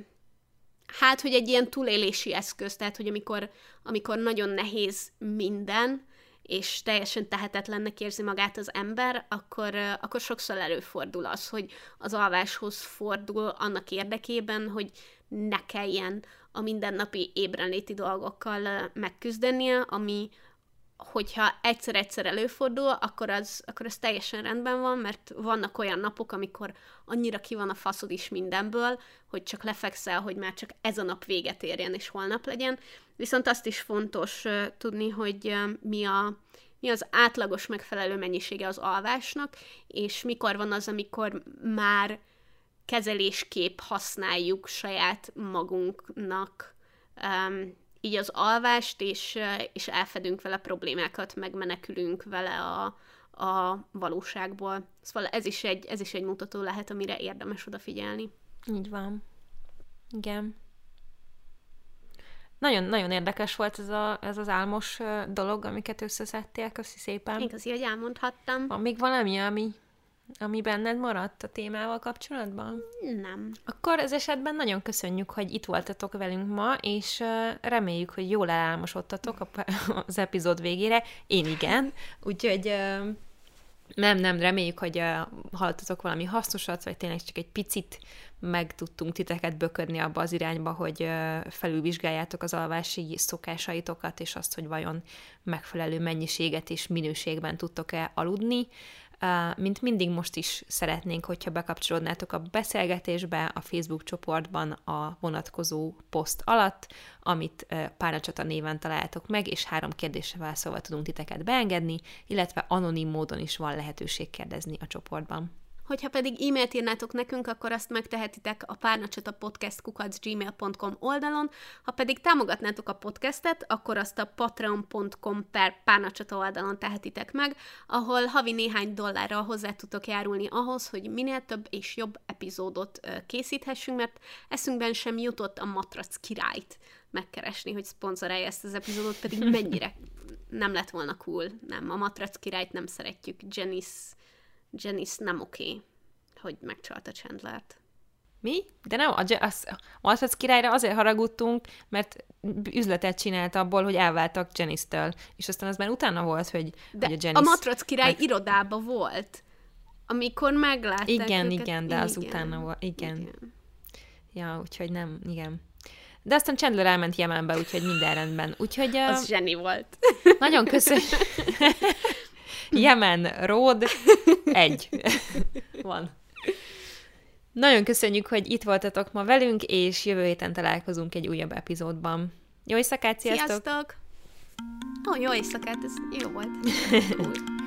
hogy egy ilyen túlélési eszköz, tehát, hogy amikor nagyon nehéz minden, és teljesen tehetetlennek érzi magát az ember, akkor sokszor előfordul az, hogy az alváshoz fordul annak érdekében, hogy ne kelljen a mindennapi ébrenléti dolgokkal megküzdenie, ami hogyha egyszer-egyszer előfordul, akkor az teljesen rendben van, mert vannak olyan napok, amikor annyira ki van a faszod is mindenből, hogy csak lefekszel, hogy már csak ez a nap véget érjen, és holnap legyen. Viszont azt is fontos tudni, hogy mi az átlagos megfelelő mennyisége az alvásnak, és mikor van az, amikor már kezelésképp használjuk saját magunknak így az alvást, és elfedünk vele problémákat, megmenekülünk vele a valóságból. Szóval ez is egy mutató lehet, amire érdemes odafigyelni. Így van. Igen. Nagyon érdekes volt ez az álmos dolog, amiket összeszedtél, köszi szépen. Igazi, hogy elmondhattam. Van még valami, ami benned maradt a témával kapcsolatban? Nem. Akkor ez esetben nagyon köszönjük, hogy itt voltatok velünk ma, és reméljük, hogy jól elálmosodtatok az epizód végére. Én igen. Úgyhogy Nem, reméljük, hogy hallottatok valami hasznosat, vagy tényleg csak egy picit meg tudtunk titeket böködni abba az irányba, hogy felülvizsgáljátok az alvási szokásaitokat, és azt, hogy vajon megfelelő mennyiséget és minőségben tudtok-e aludni. Mint mindig most is szeretnénk, hogyha bekapcsolódnátok a beszélgetésbe a Facebook csoportban a vonatkozó poszt alatt, amit Párnacsata néven találtok meg, és 3 kérdésre válaszolva tudunk titeket beengedni, illetve anonim módon is van lehetőség kérdezni a csoportban. Hogyha pedig e-mailt írnátok nekünk, akkor azt megtehetitek a párnacsatapodcast@gmail.com oldalon, ha pedig támogatnátok a podcastet, akkor azt a patreon.com/párnacsata oldalon tehetitek meg, ahol havi néhány dollárral hozzá tudtok járulni ahhoz, hogy minél több és jobb epizódot készíthessünk, mert eszünkben sem jutott a Matrac királyt megkeresni, hogy szponzorálja ezt az epizódot, pedig mennyire nem lett volna cool. Nem, a Matrac királyt nem szeretjük, Janice nem oké, hogy megcsalta Chandlert. Mi? De nem, a Matrac királyra azért haragudtunk, mert üzletet csinált abból, hogy elváltak Janice-től. És aztán az már utána volt, hogy a Janice... a Matrac király irodában volt, amikor meglátták igen, őket. Igen, de az utána volt. Igen. Ja, úgyhogy nem, igen. De aztán Chandler elment Jemenbe, úgyhogy minden rendben. Úgyhogy... Az zseni volt. Nagyon köszönjük. Jemen, Ród, 1. Van. Nagyon köszönjük, hogy itt voltatok ma velünk, és jövő héten találkozunk egy újabb epizódban. Jó éjszakát, sziasztok! Sziasztok! Jó éjszakát, ez jó volt. Cool.